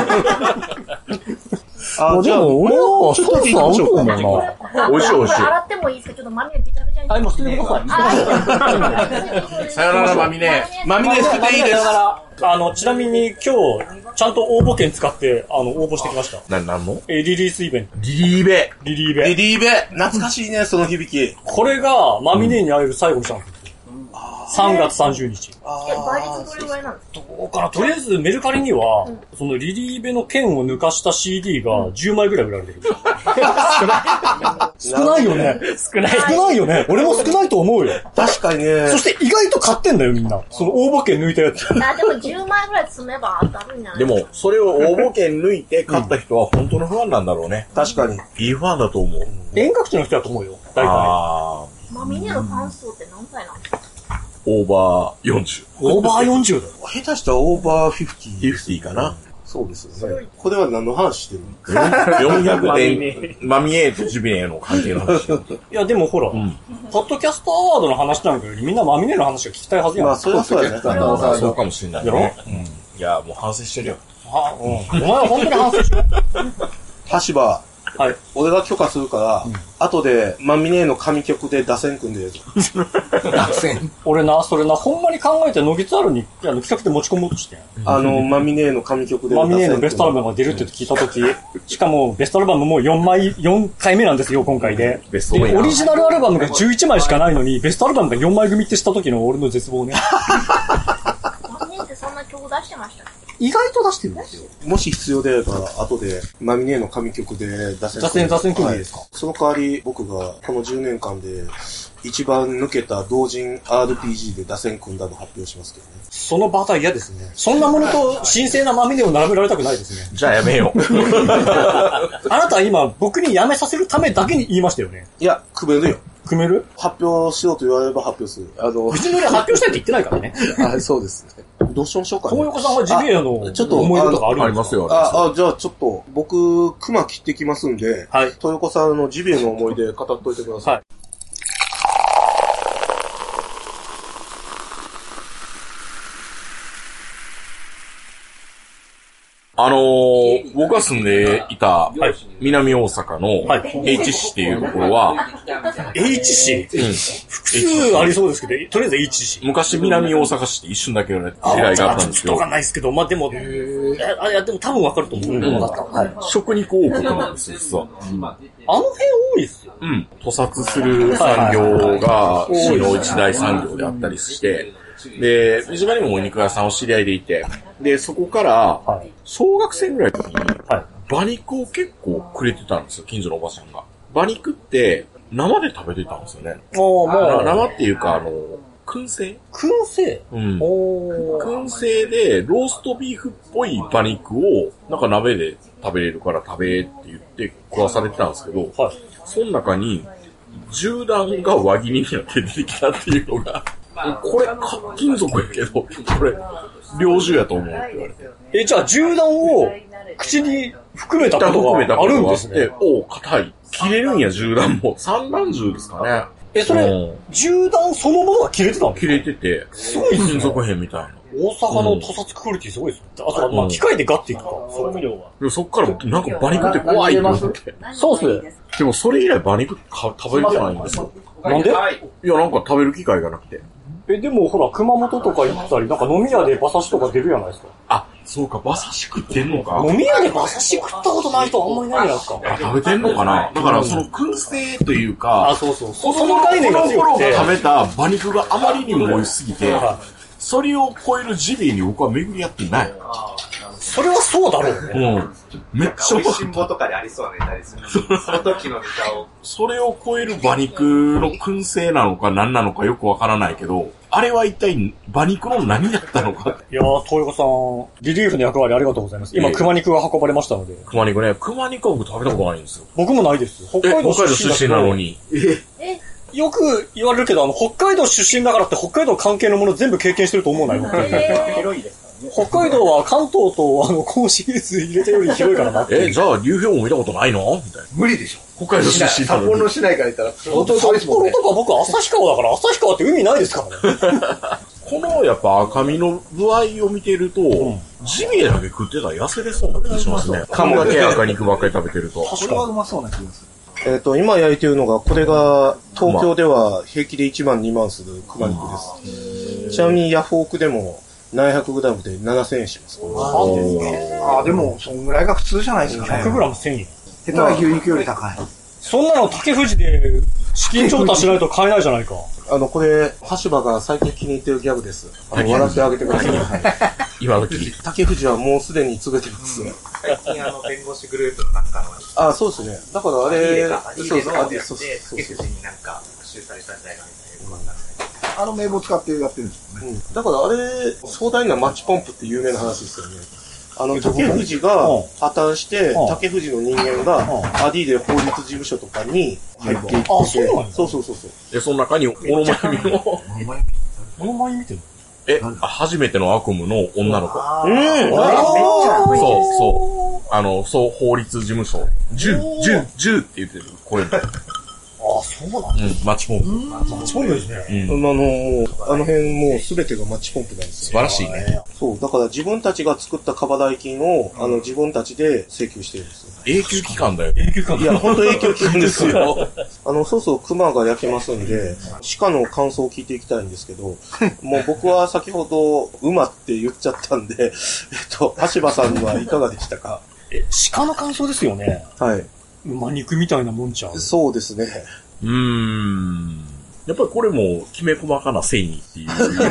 Speaker 1: あ、じゃあ、俺はちょっとだけ行きましょうか。
Speaker 6: 美味しい美味しい。
Speaker 5: 洗ってもいいですけど、ちょっとマミネびちゃびちゃに。
Speaker 2: あ、今捨ててくだ
Speaker 5: さ
Speaker 6: い。さよならマミネ。マミネ捨てていいです。
Speaker 2: あの、ちなみに今日、ちゃんと応募券使って、あの、応募してきました。
Speaker 6: な、なんの？
Speaker 2: え、リリースイベント。
Speaker 6: リリーベ。
Speaker 2: リリーベ。
Speaker 1: リリーベ。懐かしいね、その響き。
Speaker 2: これが、マミネに会える最後のチャンス。さんがつさんじゅうにち。
Speaker 5: え、倍率どれぐらいなんですか？
Speaker 2: どうかな。とりあえずメルカリには、うん、そのリリーベの剣を抜かした シーディー がじゅうまいぐらい売られてる。少ないよね。
Speaker 5: 少ない。
Speaker 2: 少ないよね。俺も少ないと思うよ。
Speaker 1: 確かにね。
Speaker 2: そして意外と買ってんだよみんな。その応募券抜いたやつ。
Speaker 5: あ、でもじゅうまいぐらい積めば当たるんじゃない
Speaker 6: でも、それを応募券抜いて買った人は本当のファンなんだろうね。
Speaker 1: 確かに。
Speaker 6: いいファンだと思う。
Speaker 2: 遠隔地の人だと思うよ。大体。
Speaker 6: あ
Speaker 5: ー。マミネのファン層って何歳なんですか？
Speaker 6: オーバーよんじゅう。
Speaker 2: オーバーよんじゅうだよ。
Speaker 1: 下手したらオーバーフィフティー。
Speaker 6: フィフティーかな。
Speaker 1: そうですよね。これは何の話してる
Speaker 6: の？よんひゃくねん、マミエとジビエの関係の話。
Speaker 2: いや、でもほら、うん、ポッドキャストアワードの話なんかよりみんなマミネの話が聞きたいはずやん。
Speaker 1: まあ、それはそうやね。
Speaker 6: そうかもしれないね。
Speaker 2: やろ？
Speaker 6: うん。いや、もう反省してるよ。
Speaker 2: あ、うん。お前は本当に反省してる。
Speaker 1: 橋場。
Speaker 2: はい。
Speaker 1: 俺が許可するから、うん、後で、マミネの神曲で打線組んでる。
Speaker 3: 打線
Speaker 2: 俺な、それな、ほんまに考えて、ノギツアルに、あの、企画で持ち込もうとして。
Speaker 1: あの、マミネの神曲で
Speaker 2: マミネのベストアルバムが出るって聞いたとき、しかも、ベストアルバムもよんまい、よんかいめなんですよ、今回で。ベストで、オリジナルアルバムがじゅういちまいしかないのに、ベストアルバムがよんまい組ってした時の俺の絶望ね。
Speaker 5: マミネってそんな曲出してましたっけ？
Speaker 2: 意外と出してるんですよ。
Speaker 1: もし必要であれば、後で、マミネの神曲で出せ
Speaker 2: る。打線、打線組んでいいですか？はい、
Speaker 1: その代わり、僕がこのじゅうねんかんで、一番抜けた同人 アールピージー で打線組んだの発表しますけどね。
Speaker 2: そのバター嫌ですね。そんなものと神聖なマミネを並べられたくないですね。
Speaker 6: じゃあやめよう。
Speaker 2: あなたは今、僕にやめさせるためだけに言いましたよね。
Speaker 1: いや、組めるよ。
Speaker 2: 組める？
Speaker 1: 発表しようと言われれば発表する。あの、
Speaker 2: 別に俺発表したいって言ってないからね。
Speaker 1: あ、そうですね。どうしましょうかね。
Speaker 2: 東横さんはジビエのちょっと思い出とかあるんですか？
Speaker 6: ありますよ。
Speaker 1: あ、あ、じゃあちょっと、僕、熊切ってきますんで、
Speaker 2: はい。
Speaker 1: 東横さんのジビエの思い出語っといてください。はい。
Speaker 6: あのー、僕が住んでいた、南大阪の、H 市っていうところは、
Speaker 2: H 市？うん。複数ありそうですけど、とりあえず H 市。
Speaker 6: 昔南大阪市って一瞬だけの時代があったんですけど。
Speaker 2: わかんないですけど、まあでも、あ、いやでも多分わかると思う。うん、はい。
Speaker 6: 食肉王国なんですよ、実は。
Speaker 2: あの辺多いっすよ。
Speaker 6: うん。屠殺する産業が、市の一大産業であったりして、で、身近にもお肉屋さんを知り合いでいて、で、そこから、小学生ぐらいの時に、馬肉を結構くれてたんですよ、近所のおばちゃんが。馬肉って、生で食べてたんですよね。
Speaker 2: おー、
Speaker 6: 生っていうか、あの、燻製
Speaker 2: 燻製
Speaker 6: うん。燻製で、ローストビーフっぽい馬肉を、なんか鍋で食べれるから食べって言って食わされてたんですけど、はい、その中に、銃弾が輪切りになって出てきたっていうのが、これ、金属やけど、これ、猟銃やと思うって言われて。
Speaker 2: え、じゃあ銃弾を口に含めたことがあるんですね。
Speaker 6: おお、硬い。切れるんや、銃弾も。散弾銃ですかね。
Speaker 2: え、それ、うん、銃弾そのものが切れてたの？
Speaker 6: 切れてて。
Speaker 2: すごいですね。
Speaker 6: 金属片みたいな。
Speaker 2: 大阪の屠殺クオリティすごいですよ。あと、まあ、機械でガッていくか。そういう意味では。
Speaker 6: そっから、なんか馬肉って怖いと思って。
Speaker 2: そうっすね。
Speaker 6: でもそれ以来馬肉か食べれてないんですよ。
Speaker 2: なんで？い
Speaker 6: や、なんか食べる機会がなくて。
Speaker 2: え、でもほら、熊本とか行ったり、なんか飲み屋で馬刺しとか出るじゃないですか。
Speaker 6: あ、そうか、馬刺し食ってんのか。
Speaker 2: 飲み屋で馬刺し食ったことない人あんまりいないじゃないですか。
Speaker 6: あ、食べてんのかな。だからその燻製というか、
Speaker 2: あ、そうそう。
Speaker 6: その概念が強くて、食べた馬肉があまりにも美味しすぎて、それを超えるジビエに僕は巡り合ってない。
Speaker 2: それはそうだろうね。
Speaker 6: うん。めっちゃ美味しい。
Speaker 7: とかでありそうなネタですよね。その時のネタを。
Speaker 6: それを超える馬肉の燻製なのか何なのかよくわからないけど、あれは一体馬肉の何だったのか。
Speaker 2: いやー、東横さん、リリーフの役割ありがとうございます。今、えー、熊肉が運ばれましたので。
Speaker 6: 熊肉ね。熊肉は僕食べたことないんですよ。
Speaker 2: 僕もないです。北海道
Speaker 6: 出身なのに。
Speaker 2: えよく言われるけど、あの、北海道出身だからって北海道関係のもの全部経験してると思うなよ。
Speaker 4: 広いです。
Speaker 2: 北海道は関東とあの甲子園入れたより広いからなって。
Speaker 6: え、じゃあ流氷も見たことないのみたいな。
Speaker 3: 無理でしょ。
Speaker 6: 北海道出身
Speaker 3: 札幌の市内から行ったら、
Speaker 2: 本当にそうですもんね。札幌とか僕旭川だから、旭川って海ないですからね。
Speaker 6: このやっぱ赤身の具合を見てると、うん、ジビエだけ食ってたら痩せれそうな気がしますね。カムだけ赤肉ばっかり食べてると。
Speaker 3: これはうまそうな気がする。
Speaker 1: えっと、今焼いてるのが、これが東京では平気でいちまんにまんする熊肉です。ちなみにヤフオクでも、ななひゃくグラムでななせんえんします。
Speaker 3: ああ、でも、そんぐらいが普通じゃないですかね。
Speaker 2: ひゃくグラムせんえん。
Speaker 3: 下手な牛肉より高い。
Speaker 2: そんなの竹藤で資金調達しないと買えないじゃないか。
Speaker 1: あの、これ、橋場が最近気に入ってるギャグです。あの、笑ってあげてください。
Speaker 6: 今時。
Speaker 1: 竹藤はもうすでに潰れてます。
Speaker 7: 最近あの、弁護士グループのなんかの。
Speaker 1: あ、そうですね。だからあれ、
Speaker 7: そうそう、あれ、そうそう。竹藤になんか、復習されたんじゃないかみたいなよくわかんない。
Speaker 3: あの名簿使ってやってるんですよね。
Speaker 1: うん。だからあれ、壮大なマッチポンプって有名な話ですよね。あの、竹藤が破綻して、竹藤の人間が、アディで法律事務所とかに入っていってて、そうそうそうそう。
Speaker 6: で、その中に、小野真由美の、
Speaker 2: 小野真由美って
Speaker 6: え、初めての悪夢の女の子。
Speaker 1: うん。めっちゃ
Speaker 6: そう、そう。あの、そう、法律事務所。じゅう、じゅう、じゅうって言ってる。これ。
Speaker 2: ああ、そうなんだ。
Speaker 6: うん、マッチポンプ。
Speaker 2: マッチポンプですね。
Speaker 1: うん。あの、もう、あの辺もうすべてがマッチポンプなんです
Speaker 6: よ。素晴らしいね。
Speaker 1: そう、だから自分たちが作ったカバ代金を、あの、自分たちで請求してるんですよ。
Speaker 6: 永久期間だよ。
Speaker 2: 永久期間。
Speaker 1: いや、本当永久期間ですよ。あの、そうそう熊が焼けますんで、鹿の感想を聞いていきたいんですけど、もう僕は先ほど馬って言っちゃったんで、えっと、橋場さんはいかがでしたか？
Speaker 2: え、鹿の感想ですよね。
Speaker 1: はい。
Speaker 2: 馬肉みたいなもんちゃう。
Speaker 1: そうですね。
Speaker 6: うーん。やっぱりこれもきめ細かな繊維っていう。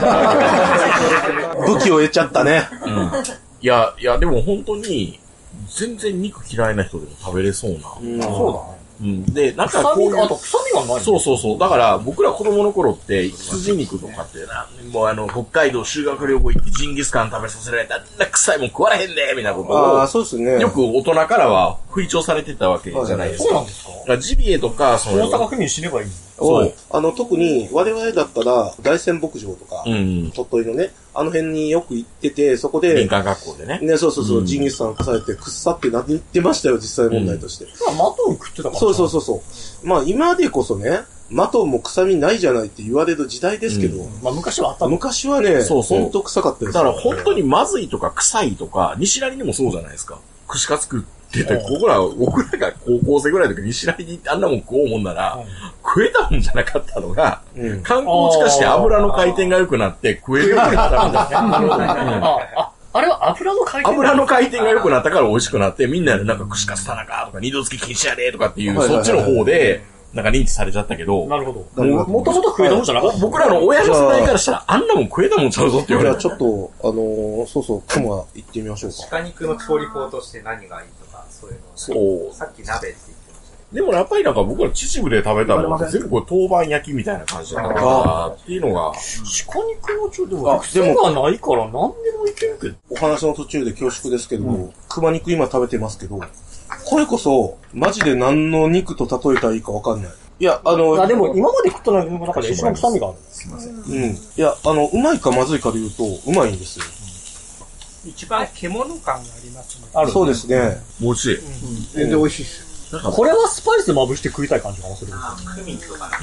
Speaker 1: 武器を得ちゃったね。
Speaker 6: うん。いや、いや、でも本当に、全然肉嫌いな人でも食べれそうな。
Speaker 2: うん、そうだね。
Speaker 6: うん。で、なんかこういう。
Speaker 2: あと臭みがない。
Speaker 6: そうそうそう。だから僕ら子供の頃って、羊肉とかってな、もうあの、北海道修学旅行行ってジンギスカン食べさせられたら、あんな臭いもん食われへんでみたいなことを。
Speaker 1: ああ、そうですね。
Speaker 6: よく大人からは吹聴されてたわけじゃないですか。
Speaker 2: そうなんですか？
Speaker 6: だからジビエとか、その。
Speaker 2: 大阪府民死ねばいい。
Speaker 1: そう。あの、特に我々だったら、大山牧場とか、
Speaker 6: うん、
Speaker 1: 鳥取のね、あの辺によく行ってて、そこで、
Speaker 6: 林間学校でね。
Speaker 1: ね、そうそうそう、うん、ジンギスカンされて、くっさってなって言ってましたよ、実際問題として。
Speaker 2: うん、マトン食ってたから。
Speaker 1: そうそうそうそう。まあ、今でこそね、マトンも臭みないじゃないって言われる時代ですけど。うん、
Speaker 2: まあ、昔はあったの。
Speaker 1: 昔はね、そうそう。ほんと臭かったです。
Speaker 6: だから本当にまずいとか臭いとか、西成にもそうじゃないですか。串カツ食ってて、僕ら、僕らが高校生ぐらいの時西成にあんなもん食おうもんなら、うん、食えたもんじゃなかったのが、うん、観光地化して油の回転が良くなって食えるようになったんだ
Speaker 2: ね。あれは油の回転
Speaker 6: 油の回転が良くなったから美味しくなって、みんなでなんか串カツ田中とか二度漬け禁止やでとかっていう、そっちの方で、なんか認知されちゃったけど。
Speaker 2: なるほど。もともと食えたもんじゃなかった。
Speaker 6: 僕らの親の世代からしたら、あんなもん食えたもんちゃうぞって言われ
Speaker 1: た。じゃあちょっと、あのー、そうそう、熊行ってみましょうか。
Speaker 7: 鹿肉の調理法として何がいいとか、そういうの。
Speaker 6: そう。
Speaker 7: さっき鍋って言ってました。
Speaker 6: でもやっぱりなんか僕ら秩父で食べたのって全部これ当番焼きみたいな感じだったからっていうのが。
Speaker 2: 鹿肉のちょっと、癖がないから何でもいけるけど。
Speaker 1: お話の途中で恐縮ですけど、うん、熊肉今食べてますけど、これこそ、マジで何の肉と例えたらいいかわかんない。いや、あの、
Speaker 2: あ、でも今まで食ったの中で一番臭みがある。
Speaker 1: すいません。うん。いや、あの、うまいかまずいかで言うと、うまいんですよ。
Speaker 4: うん、一番獣感がありますね。
Speaker 1: ある、ね。そうですね。
Speaker 6: 美味しい。
Speaker 3: うん、全然美味しいですよ。
Speaker 2: これはスパイスまぶして食いたい感じかな、それ
Speaker 7: あ、クミンとか。
Speaker 6: うん。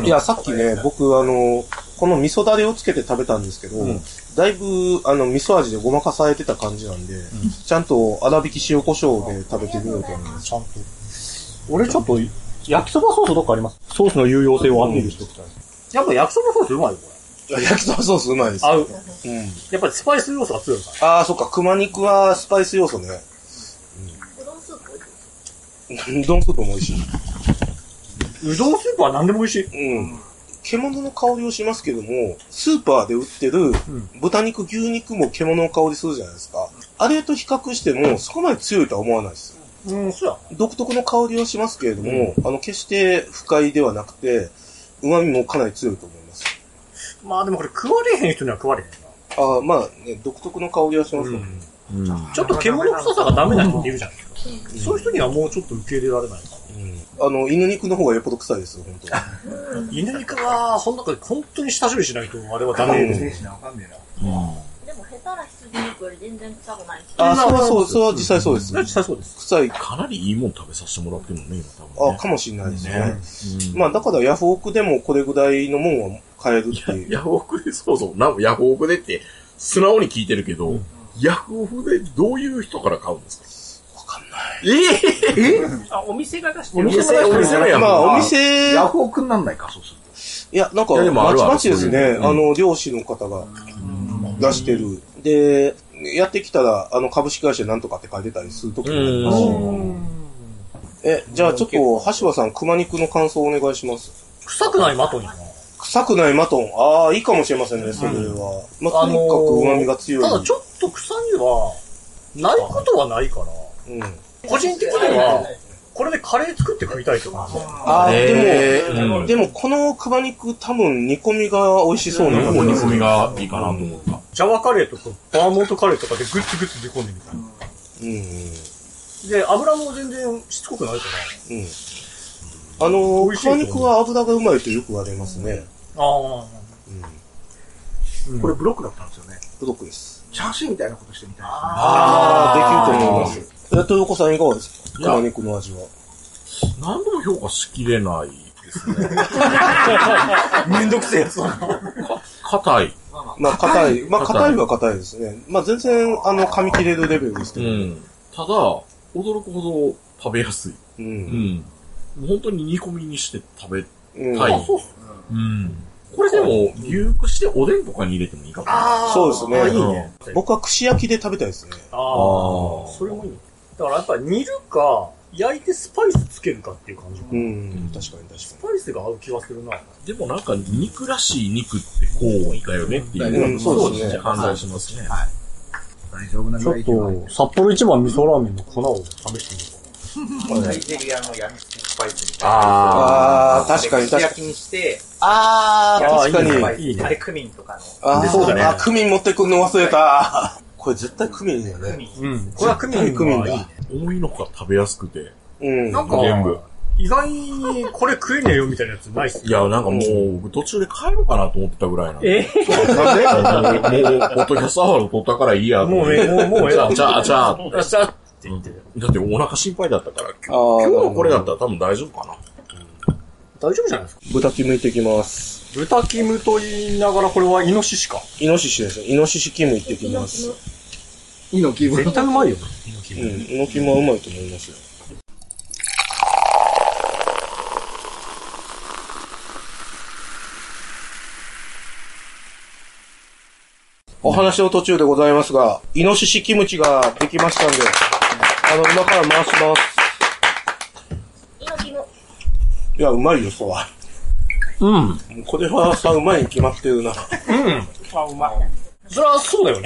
Speaker 1: いや、さっきね、僕、あの、この味噌だれをつけて食べたんですけど、うん、だいぶ、あの、味噌味でごまかされてた感じなんで、うん、ちゃんと粗挽き塩コショウで食べてみようと思います。
Speaker 2: ちゃんと。俺ちょっと、焼きそばソースどっかあります？ソースの有用性をアピールしておきたい。やっぱ焼きそばソースうまいよ、こ
Speaker 1: 焼きそばソースうまいです。
Speaker 2: 合う。うん。やっぱりスパイス要素が強いから。
Speaker 1: ああ、そっか。熊肉はスパイス要素ね。
Speaker 5: うどんスープ
Speaker 1: うどんスープも美味しい。
Speaker 2: うどんスープは何でも美味しい。
Speaker 1: うん。獣の香りをしますけども、スーパーで売ってる豚肉、牛肉も獣の香りするじゃないですか。あれと比較しても、そこまで強いとは思わないです。
Speaker 2: うん、そうや。
Speaker 1: 独特の香りはしますけれども、うん、あの、決して不快ではなくて、旨味もかなり強いと思います。
Speaker 2: まあでもこれ食われへん人には食われへんな。
Speaker 1: ああ、まあね、独特の香りはしますよね。
Speaker 2: うんうん、ちょっと獣臭さがダメな人っているじゃないですか。うん、そういう人にはもうちょっと受け入れられないか。
Speaker 1: うん、あの、犬肉の方がよっぽど臭いですよ、本当は。
Speaker 2: 犬肉は、ほんと本当に下処理しないと、あれはダメです。
Speaker 5: でも、下手な羊肉より全然臭くない。
Speaker 1: あ、そうそう、それは実際そうです。
Speaker 2: 実際そうです。
Speaker 1: 臭い。
Speaker 6: かなりいいもん食べさせてもらってるのね、今多分、ね。
Speaker 1: あ、かもしれないですね。ねうん、まあ、だからヤフオクでもこれぐらいのもんは買えるっていう。
Speaker 6: ヤフオクで、そうそう、なんかヤフオクでって素直に聞いてるけど、うん、ヤフオクでどういう人から買うんですか？
Speaker 1: わかんない。
Speaker 4: ええー、あ、お店が出してる。
Speaker 1: お店が出してる。まあ、お店。
Speaker 3: ヤフオクになんないか、そうする
Speaker 1: と。いや、なんか、まちまちですね。うん、あの、漁師の方が出してる。で、やってきたら、あの、株式会社なんとかって書いてたりするときもありますし。え、じゃあちょっと、橋場さん、熊肉の感想お願いします。
Speaker 2: 臭くないマトンやな。
Speaker 1: 臭くないマトン。ああ、いいかもしれませんね、それは。まあ、とにかく旨味が強い。
Speaker 2: ただちょっと臭みは、ないことはないから。うん。個人的には、これでカレー作って食いたいと思う。
Speaker 1: ああ、でも、うん、でもこの熊肉多分煮込みが美味しそうな
Speaker 6: ので、煮込みがいいかなと思った。
Speaker 2: ジャワカレーとかバーモントカレーとかでグッツグッツ煮込んでみたいな。うん、うん。で、油も全然しつこくないから。うん。
Speaker 1: あのー、熊肉は油がうまいとよく言われますね。ああ。
Speaker 3: うん。これブロックだったんですよね。
Speaker 1: ブロックです。
Speaker 3: チャーシューみたいなことしてみたいです、ね。
Speaker 1: ああ、できると思います。え、豊子さんいかがですか？熊肉の味は。
Speaker 6: 何度も評価しきれないですね。
Speaker 2: めんどくせえやつ。
Speaker 6: 硬い。
Speaker 1: まあ、硬い。まあ、硬いは硬いですね。まあ、全然、あの、噛み切れるレベルですけど。うん。
Speaker 6: ただ、驚くほど食べやすい。うん。うん。本当に煮込みにして食べたい。うん。うん。これでも、牛串でおでんとかに入れてもいいかも。
Speaker 1: ああ、そうですね。いいね。僕は串焼きで食べたいですね。ああ。
Speaker 2: それもいい。だからやっぱり煮るか、焼いてスパイスつけるかっていう感じ。
Speaker 1: うん、確かに確かに。
Speaker 2: スパイスが合う気がするな。
Speaker 6: でもなんか肉らしい肉ってこうだよねっていう。うん、そうですね。感じしますね。はい。
Speaker 3: 大丈夫なぐらい。
Speaker 2: ちょっと、札幌一番味噌ラーメンの粉を試してみよう。
Speaker 7: ナイジェリアのヤミスパイスみたいな。
Speaker 1: ああ、確かに確かに。
Speaker 7: 焼きにして、
Speaker 1: ああ、確かに。
Speaker 7: いいね。あれクミンとかの。
Speaker 1: ああ、そうだね。あ、クミン持ってくるの忘れた。これ絶対クミンだよね。
Speaker 2: うん。これはクミン
Speaker 1: クミンだ。
Speaker 6: 重いのか食べやすくて。
Speaker 2: うん。なんか、意外にこれ食えねえよみたいなやつないっす
Speaker 6: いや、なんかもう、途中で帰ろうかなと思ってたぐらいなんで。えなんでもう、ポッドキャストアワード取ったからいいや。
Speaker 2: もうええ、もう、もうええ。
Speaker 6: じゃあ、じゃあ、じゃあ、
Speaker 2: じゃあ、って言って。
Speaker 6: だってお腹心配だったから、今日のこれだったら多分大丈夫かな。
Speaker 2: 大丈夫じゃないですか。
Speaker 1: 豚キムいってきます。
Speaker 2: 豚キムと言いながらこれはイノシシか。
Speaker 1: イノシシですよ。イノシシキムいってきます。
Speaker 3: イノキム。
Speaker 2: 絶対うまいよね。
Speaker 1: イノキム。うん、イノキムはうまいと思いますよ。お話の途中でございますが、イノシシキムチができましたんで、あの、今から回します。
Speaker 5: イノキム。
Speaker 1: いや、うまいよ、そら。うん。これはさ、うまいに決まってるな。うん。
Speaker 2: あ、うまい。そりゃそうだよね。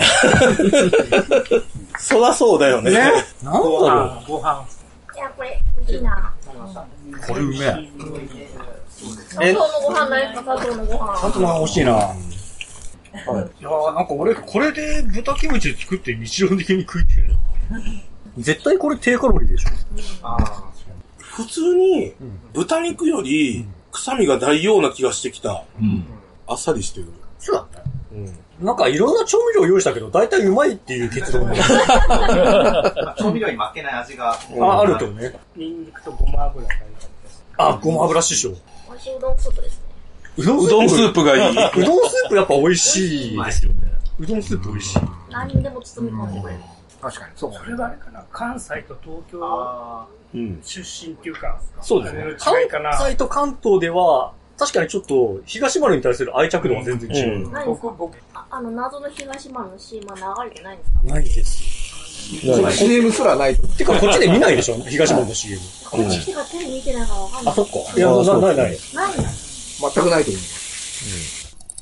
Speaker 1: そりゃそうだよね。ね。
Speaker 2: なんだろ
Speaker 4: う。ご飯。
Speaker 5: いや、これ、いいな。
Speaker 2: これうめえ。
Speaker 5: え、砂糖のご飯ないですか？砂糖のご飯。
Speaker 2: 砂糖のご飯欲しいな。はい、いやーなんか俺、これで豚キムチ作って日常的に食いてるな。絶対これ低カロリーでしょ。あ
Speaker 1: 普通に、豚肉より臭みがないような気がしてきた。うん、あっさりしてる。
Speaker 2: そうだね。うん、なんかいろんな調味料用意したけど、大体うまいっていう結論。
Speaker 7: 調味料に負けない味が。
Speaker 2: あ、あるとね。
Speaker 4: ニンニクとごま油がいいかったです。
Speaker 2: あ、ごま油師匠。
Speaker 5: 美味しいうどんスープですね。
Speaker 1: うどんスープがいい。
Speaker 2: うどんスープやっぱ美味しいですよね。うどんスープ美味しい。
Speaker 5: 何でも包み込んでくれる。
Speaker 3: 確かに。そう。
Speaker 4: それはあれかな。関西と東京出身っていうか。
Speaker 2: そうですね。関西と関東では確かにちょっと、東丸に対する愛着度は全然違う。
Speaker 5: ないんですか？あ、あの、謎の東丸の シーエム は流れてないんですか？
Speaker 2: ないです。
Speaker 3: シーエム すらないと。
Speaker 2: てか、こっちで見ないでしょ東丸の シーエム。
Speaker 5: こっちがテレビ見てないからわかんない。
Speaker 2: あ、そっか。いや、ないない。ない。ない。
Speaker 3: 全くないと思います。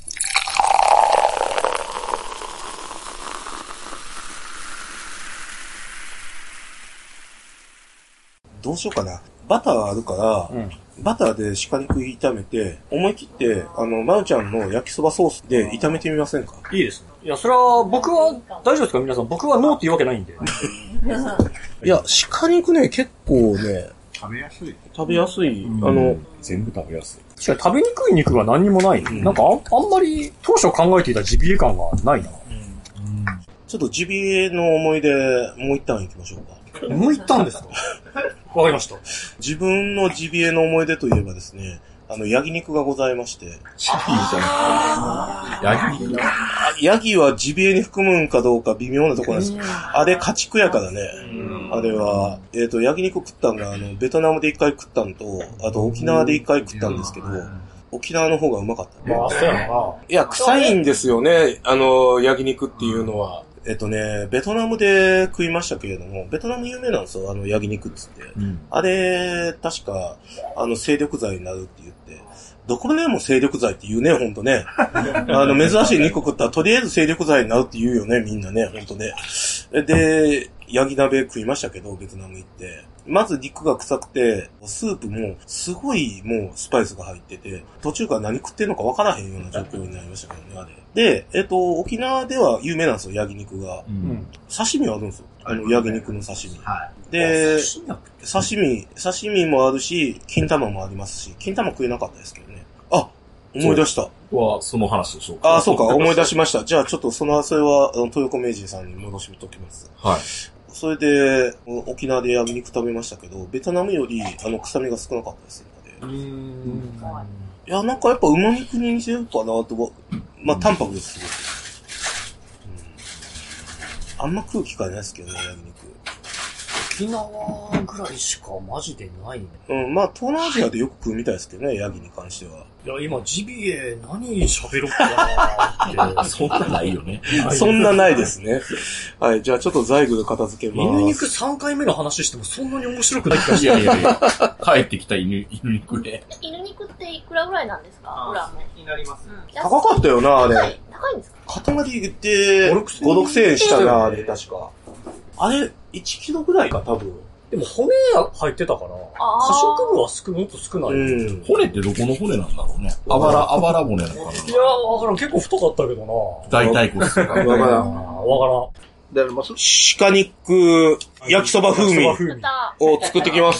Speaker 1: どうしようかな。バターあるから、うん、バターで鹿肉炒めて、思い切って、あの、まるちゃんの焼きそばソースで炒めてみませんか？
Speaker 2: いいですね。いや、それは、僕は、大丈夫ですか皆さん。僕はノーって言うわけないんで。
Speaker 1: いや、鹿肉ね、結構ね、
Speaker 3: 食べやすい。
Speaker 1: 食べやすい。うん、あの、
Speaker 6: 全部食べやすい。
Speaker 2: しかも食べにくい肉が何にもない。うん、なんかあ、あんまり、当初考えていたジビエ感がないな。うんうん、
Speaker 1: ちょっとジビエの思い出、もう一旦行きましょうか。
Speaker 2: もう一旦ですか？わかりました。
Speaker 1: 自分のジビエの思い出といえばですね、あの、ヤギ肉がございまして。
Speaker 6: ジビエじゃないヤギ
Speaker 1: ヤギはジビエに含むんかどうか微妙なところなんです。あれ家畜やからね。あれは、えっと、ヤギ肉食ったんが、あの、ベトナムで一回食ったんと、あと沖縄で一回食ったんですけど、沖縄の方がうまかった、ね。
Speaker 2: まあ、そうやな。
Speaker 1: いや、臭いんですよね、あの、ヤギ肉っていうのは。えっとね、ベトナムで食いましたけれども、ベトナム有名なんですよ、あの、ヤギ肉っつって。うん、あれ、確か、あの、精力剤になるって言って、どこでも精力剤って言うね、ほんとね。あの、珍しい肉食ったら、とりあえず精力剤になるって言うよね、みんなね、ほんとね。で、ヤギ鍋食いましたけど、ベトナム行って。まず肉が臭くて、スープもすごいもうスパイスが入ってて、途中から何食ってんのか分からへんような状況になりましたけどね、あれ。で、えっと、沖縄では有名なんですよ、ヤギ肉が。うん、刺身あるんですよ。あの、ヤギ肉の刺身。はい、で、刺身、刺身もあるし、金玉もありますし、金玉食えなかったですけどね。あ、思い出した。
Speaker 6: は、その話でしょうか。
Speaker 1: あ、そうか、思い出しました。じゃあちょっとその、それは、豊子名人さんに戻しときます。
Speaker 6: はい。
Speaker 1: それで、沖縄でヤギ肉食べましたけど、ベトナムより、あの、臭みが少なかったですので。うーん。いや、なんかやっぱ馬肉に似てるかなと、まあ、淡白ですすごく。うん。あんま食う機会ないですけどね、ヤギ肉。
Speaker 2: 沖縄ぐらいしかマジでないね。
Speaker 1: うん、まあ、東南アジアでよく食うみたいですけどね、ヤギに関しては。
Speaker 2: いや、今、ジビエ何喋ろうかなって。
Speaker 6: そんなないよね。
Speaker 1: そんなないですね。はい、じゃあちょっとザイグル片付けます。
Speaker 2: 犬肉さんかいめの話してもそんなに面白くない気がして。
Speaker 6: いやいやいや。帰ってきた犬、犬肉で。
Speaker 5: 犬肉っていくらぐらいなんですか？グラム。
Speaker 7: 気になります。
Speaker 1: 高かったよな、あれ。
Speaker 5: 高いんですか？
Speaker 1: 塊でご、ろくせんえんしたな、あれ、確か。あれ、いちキロぐらいか、多分。
Speaker 2: でも骨入ってたから、可食部は少もっと少ない。
Speaker 6: うん。骨ってどこの骨なんだろうね。あばら、あばら骨なのかな。い
Speaker 2: やー、わからん。結構太かったけどな。
Speaker 6: 大腿骨とか。わ
Speaker 1: からん。
Speaker 2: わからん。
Speaker 1: 鹿肉、焼きそば風味を作ってきます。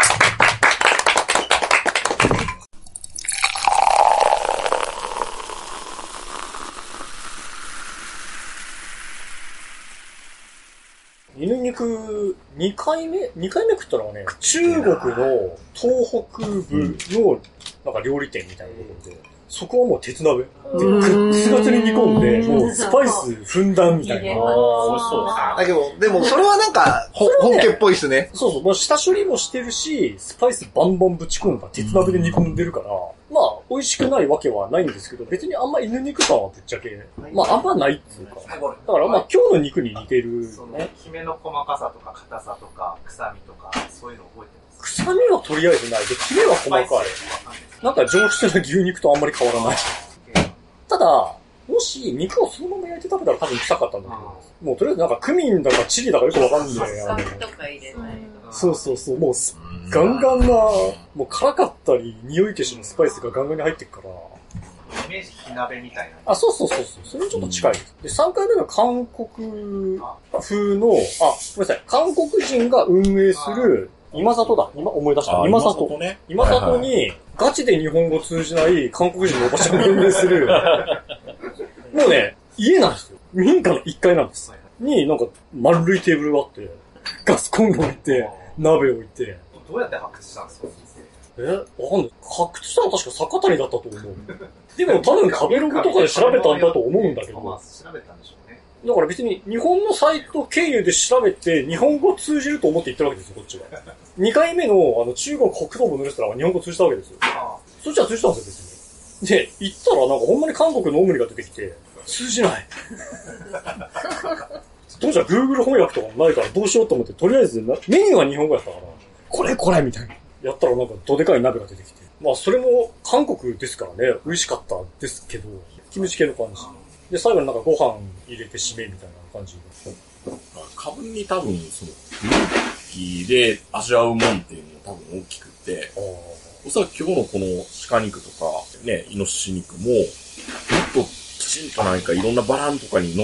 Speaker 2: 犬肉、にかいめ、にかいめ食ったのはね、中国の東北部の、なんか料理店みたいなところで、そこはもう鉄鍋。で、くっつがつに煮込んで、もうスパイスふんだんみたいな。美味し
Speaker 3: そうです。だけど、でもそれはなんか、本家っぽいっすね。
Speaker 2: そうそう、もう下処理もしてるし、スパイスバンバンぶち込んだ鉄鍋で煮込んでるから、まあ、美味しくないわけはないんですけど、別にあんま犬肉感はぶっちゃけ、まああんまないっていうか。だからまあ今日の肉に似てる、
Speaker 7: ね。きめの細かさとか硬さとか臭みとか、そういうの覚えてます。
Speaker 2: 臭みはとりあえずない。で、きめは細かい。なんか上質な牛肉とあんまり変わらない。ただ、もし肉をそのまま焼いて食べたら多分臭かったんだけど、もうとりあえずなんかクミンだかチリだかよくわかんない。そうそうそう、もうガンガンな、もう辛かったり、匂い消しのスパイスがガンガンに入ってるから。
Speaker 7: イメージ火鍋みたいな。
Speaker 2: あ、そうそうそうそう。それにちょっと近い。で、さんかいめが韓国風の、あ、ごめんなさい。韓国人が運営する、今里だ。今思い出した。今里。ね、今里に、ガチで日本語通じない韓国人のおばちゃんが運営する、もうね、家なんですよ。民家のいっかいなんです。に、なんか、丸いテーブルがあって、ガスコンロ置いて、鍋置いて。
Speaker 7: どうやって発掘したんですか？
Speaker 2: えわかんない。発掘したのは確か坂谷だったと思う。でも多分食べログとかで調べたんだと思うんだけど。
Speaker 7: まあ、調べたんでしょうね。
Speaker 2: だから別に日本のサイト経由で調べて日本語通じると思って行ってるわけですよ、こっちは。にかいめのあの中国北東部のレストランは日本語通じたわけですよ。 そっちは通じたんですよ、別に。で、行ったらなんかほんまに韓国のオムニが出てきて、通じない。どうしたら Google 翻訳とかもないからどうしようと思って、とりあえずメニューは日本語やったから、これこれみたいな。やったらなんかどでかい鍋が出てきて。まあそれも韓国ですからね、美味しかったですけど、キムチ系の感じ。で、最後になんかご飯入れて締めみたいな感じ。
Speaker 6: 過分に多分、その、雰囲気で味わうもんっていうのも多分大きくて、おそらく今日のこの鹿肉とか、ね、イノシシ肉も、もっときちんとなんかいろんなバランとかに乗って、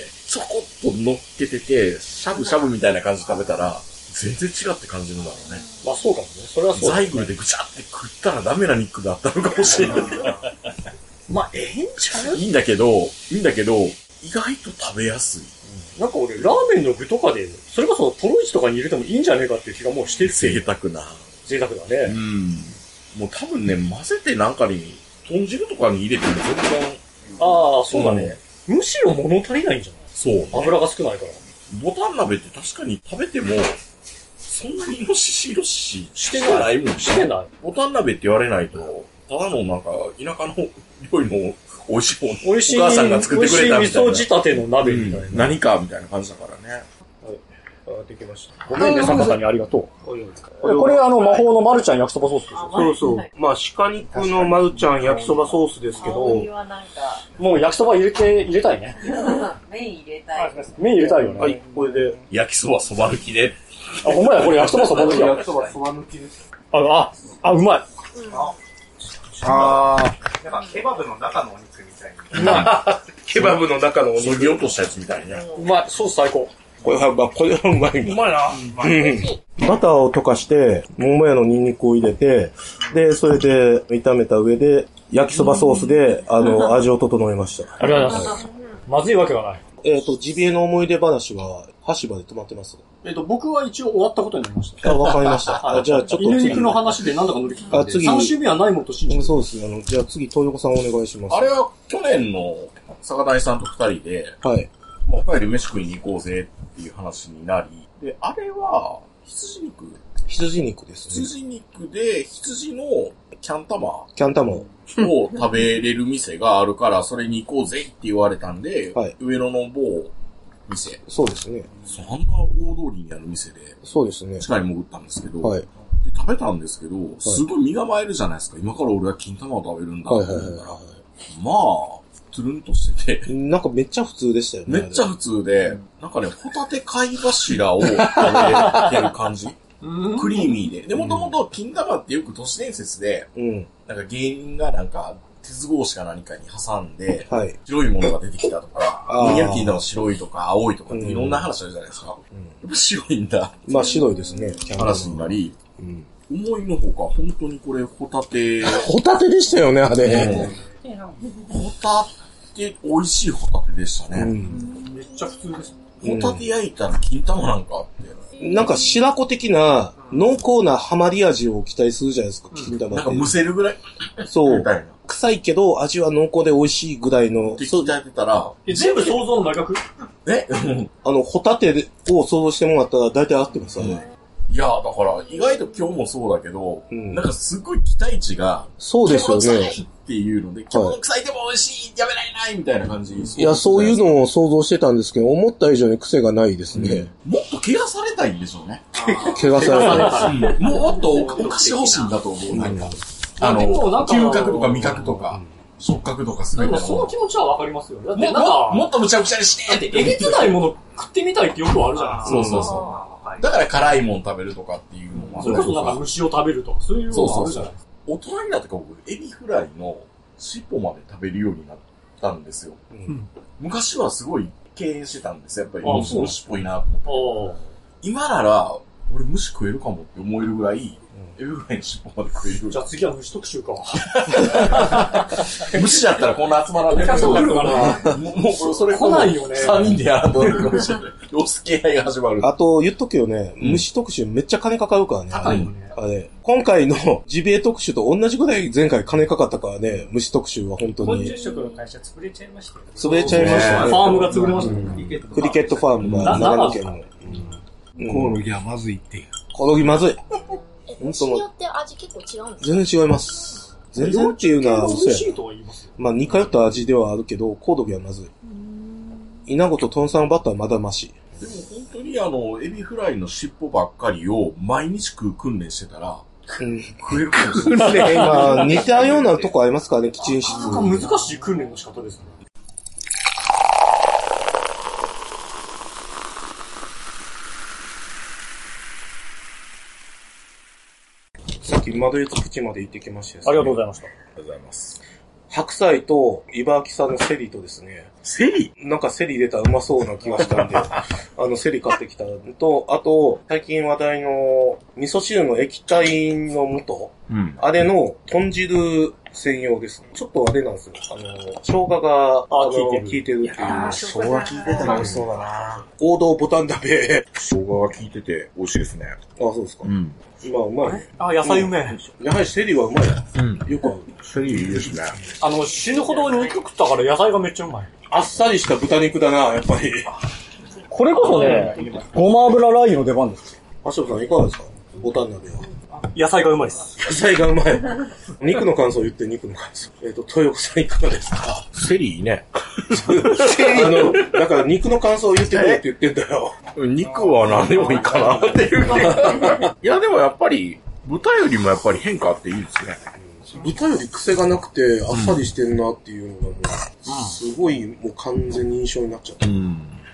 Speaker 6: ちょこっと乗っけてて、しゃぶしゃぶみたいな感じで食べたら、全然違って感じるんだろうね。
Speaker 2: まあそうかもね。それはそう、ね。
Speaker 6: ザイグルでぐちゃって食ったらダメな肉があったのかもしれない。
Speaker 2: まあ、ええんちゃう？
Speaker 6: いいんだけど、いいんだけど、意外と食べやすい。
Speaker 2: うん、なんか俺、ラーメンの具とかで、それこそトロイチとかに入れてもいいんじゃねえかっていう気がもうしてる。
Speaker 6: 贅沢な。
Speaker 2: 贅沢だね。
Speaker 6: うん。もう多分ね、混ぜてなんかに、豚汁とかに入れても全然。
Speaker 2: ああ、そうだね。うん、むしろ物足りないんじゃない？
Speaker 6: そう、ね。
Speaker 2: 油が少ないから。
Speaker 6: ボタン鍋って確かに食べても、そんなにイノシシイノシシしてないもんね。
Speaker 2: してない。
Speaker 6: ボタン鍋って言われないと、ただのなんか、田舎の料理の美味しいもの、
Speaker 2: 美味しい、
Speaker 6: お母さんが作ってくれたみたいな。
Speaker 2: 美味しい味噌仕立ての鍋みたいな。
Speaker 6: うん、何かみたいな感じだからね。
Speaker 2: はい。できました。ごめんね、坂さんにありがとう。これ、これあの、魔法のマルちゃん焼きそばソースですよ。
Speaker 1: そうそう。まあ、鹿肉のマルちゃん焼きそばソースですけど、
Speaker 2: もう焼きそば入れて、入れたいね。
Speaker 5: 麺入れたい。
Speaker 2: 麺入れたいよね。
Speaker 1: はい、これで。
Speaker 6: 焼きそばそば抜きで。
Speaker 2: あ、ほんまや、これ焼きそばそば抜きや。
Speaker 1: 焼きそばそば抜きです。
Speaker 2: あ、あ、あ、うまい。
Speaker 1: あ
Speaker 7: ー。なんか、ケバブの中のお肉みたいに。
Speaker 2: うま
Speaker 1: い。ケバブの中のお
Speaker 6: 肉。そぎ落としたやつみたいね。
Speaker 2: うまい。ソース最高。
Speaker 1: これは、まあ、これはうまい。
Speaker 2: うまいな。
Speaker 1: うん。バターを溶かして、桃屋のニンニクを入れて、で、それで炒めた上で、焼きそばソースで、あの、味を整えました。
Speaker 2: ありがとうございます。まずいわけがない。
Speaker 1: えっと、ジビエの思い出話は、橋場で止まってます。
Speaker 2: えっと、僕は一応終わったことになりました。
Speaker 1: あ、わかりました。あ、じゃあちょっと。
Speaker 2: 犬肉の話で何度か乗り切ったんで。
Speaker 1: あ、次。
Speaker 2: さん週目はないもんと信じて。
Speaker 1: そうですね。あの、じゃあ次、東横さんお願いします。
Speaker 6: あれは去年の坂谷さんと二人で、
Speaker 1: はい。
Speaker 6: もう二人で飯食いに行こうぜっていう話になり、で、あれは、羊肉
Speaker 1: 羊肉ですね。
Speaker 6: 羊肉で、羊のキャン玉
Speaker 1: キャン玉を
Speaker 6: 食べれる店があるから、それに行こうぜって言われたんで、はい、上野の某店。
Speaker 1: そうですね。
Speaker 6: そんな大通りにある店で、そうですね。地下に潜ったんですけど、はい。で、食べたんですけど、すごい身構えるじゃないですか。今から俺は金玉を食べるんだって思ったら、はいはいはいはい、まあ、つるんとしてて。
Speaker 1: なんかめっちゃ普通でしたよね。
Speaker 6: めっちゃ普通で、なんかね、ホタテ貝柱を食べてる感じ。クリーミーで。で、もともと金玉ってよく都市伝説で、うん、なんか芸人がなんか、鉄格子か何かに挟んで、はい、白いものが出てきたとか、人間の金玉白いとか青いとかっていろんな話あるじゃないですか。うん、やっぱ白いんだ。
Speaker 1: まあ白いですね。
Speaker 6: 話になり、うん、思いのほか本当にこれホタテ。
Speaker 1: ホタテでしたよね、あれ。
Speaker 6: ホタテ、美味しいホタテでしたね。うん、
Speaker 2: めっちゃ普通です。
Speaker 6: ホタテ焼いたら金玉なんかあって。
Speaker 1: なんか白子的な濃厚なハマり味を期待するじゃないですか、金玉って。
Speaker 6: なんかむせるぐらい。
Speaker 1: そう。臭いけど味は濃厚で美味しいぐらいの。
Speaker 6: って聞いてやってたら。
Speaker 2: え、全部想像の中
Speaker 6: え
Speaker 1: あの、ホタテを想像してもらったら大体合ってますよね。
Speaker 6: いや、だから、意外と今日もそうだけど、うん、なんかすごい期待値が、
Speaker 1: そうですよね。
Speaker 6: 獣臭いっていうので、獣臭いでも美味しい、やめられないみたいな感じ。
Speaker 1: いや、そういうのを想像してたんですけど、思った以上に癖がないですね。
Speaker 6: うん、もっと怪我されたいんでしょうね。
Speaker 1: 怪我されたい。
Speaker 6: うん、もっとお菓子欲しいんだと思う、なんか。あの、嗅覚とか味覚とか。触覚とかすべて。
Speaker 2: その気持ちはわかりますよ。だっ
Speaker 6: てなんか、もっとむちゃくちゃにして
Speaker 2: って。えげつないもの食ってみたいってよくあるじゃないですか。
Speaker 6: そうそうそう。だから辛いもん食べるとかっていうのも
Speaker 2: それこそなんか虫を食べるとか、そういうのもあるじゃないですか。
Speaker 6: 大人になってから僕、エビフライの尻尾まで食べるようになったんですよ。うん、昔はすごい敬遠してたんですよ。やっぱり虫の尻尾いいなと思って。今なら、俺虫食えるかもって思えるぐらい、エビフライの尻尾まで食えるように。
Speaker 2: じゃあ次は虫特集か。
Speaker 6: 虫だったらこんな集まらない。
Speaker 2: そう来るかな。
Speaker 6: もう、もうそれ
Speaker 2: 来ないよね。
Speaker 6: さんにんでやらんとなるかもしれない。様子気合が始まる。
Speaker 1: あと、言っとくよね、うん、虫特集めっちゃ金かかるからね。
Speaker 2: 高いよね。
Speaker 1: あれ。今回のジビエ特集と同じぐらい前回金かかったからね、虫特集は本当に。
Speaker 4: 昆虫食の会社潰れちゃいましたよね。
Speaker 1: 潰れちゃいましたね。
Speaker 2: ファームが潰れましたね。
Speaker 1: クリケットファームが長野県の。
Speaker 3: コオロギはまずいっていう。
Speaker 1: コオロギまずい。
Speaker 5: 虫によって味結構違うんですか？
Speaker 1: 全然違います。 全然っていうのは
Speaker 2: 嘘や。美味しいとは言いますよ。
Speaker 1: まあ似通った味ではあるけど、コオドギはまずい。イナゴとトンサンバッターはまだマシ。
Speaker 6: でも本当にあの、エビフライの尻尾ばっかりを毎日食う訓練してたら、うん、食えるかもしれない。
Speaker 1: 訓練、まあ似たようなとこありますからね、基地室。
Speaker 2: なんか難しい訓練の仕方ですね。
Speaker 1: さっき窓悦プチまで行ってきましたよ、ね。
Speaker 2: ありがとうございました。
Speaker 6: ありがとうございます。
Speaker 1: 白菜と茨城産のセリとですね。
Speaker 6: セリ
Speaker 1: なんかセリ入れたらうまそうな気がしたんで、あのセリ買ってきたのと、あと、最近話題の味噌汁の液体の素、うん、あれの豚汁専用です。ちょっとあれなんですよ。あの、生姜が、あの、効いてるっていう。
Speaker 6: 生姜効いてたら美味しそうだな。
Speaker 1: 王道ボタン鍋。
Speaker 6: 生姜が効いてて美味しいですね。
Speaker 1: あ、そうですか。うん。まあ、うまい。
Speaker 2: あ、野菜うめえ、
Speaker 1: うん。やはりセリはうまい。うん。よくある。
Speaker 6: セリいいですね。
Speaker 2: あの、死ぬほど肉食ったから野菜がめっちゃうまい。
Speaker 1: あっさりした豚肉だな、やっぱり。
Speaker 2: これこそね、ごま油ラー油の出番です。
Speaker 1: 橋本さんいかがですか？ボタン鍋は。
Speaker 2: 野菜がうまいです。
Speaker 1: 野菜がうまい。肉の感想言って、肉の感想。えっ、ー、と、豊子さんいかがですか？
Speaker 6: セリいいね。
Speaker 1: セリあの、だから肉の感想を言ってくれって言ってんだよ。
Speaker 6: 肉は何でもいいかなっていう。いや、でもやっぱり、豚よりもやっぱり変化あっていいですね。
Speaker 1: 豚より癖がなくて、あっさりしてんなっていうのがもう、すごいもう完全に印象になっちゃった。うん、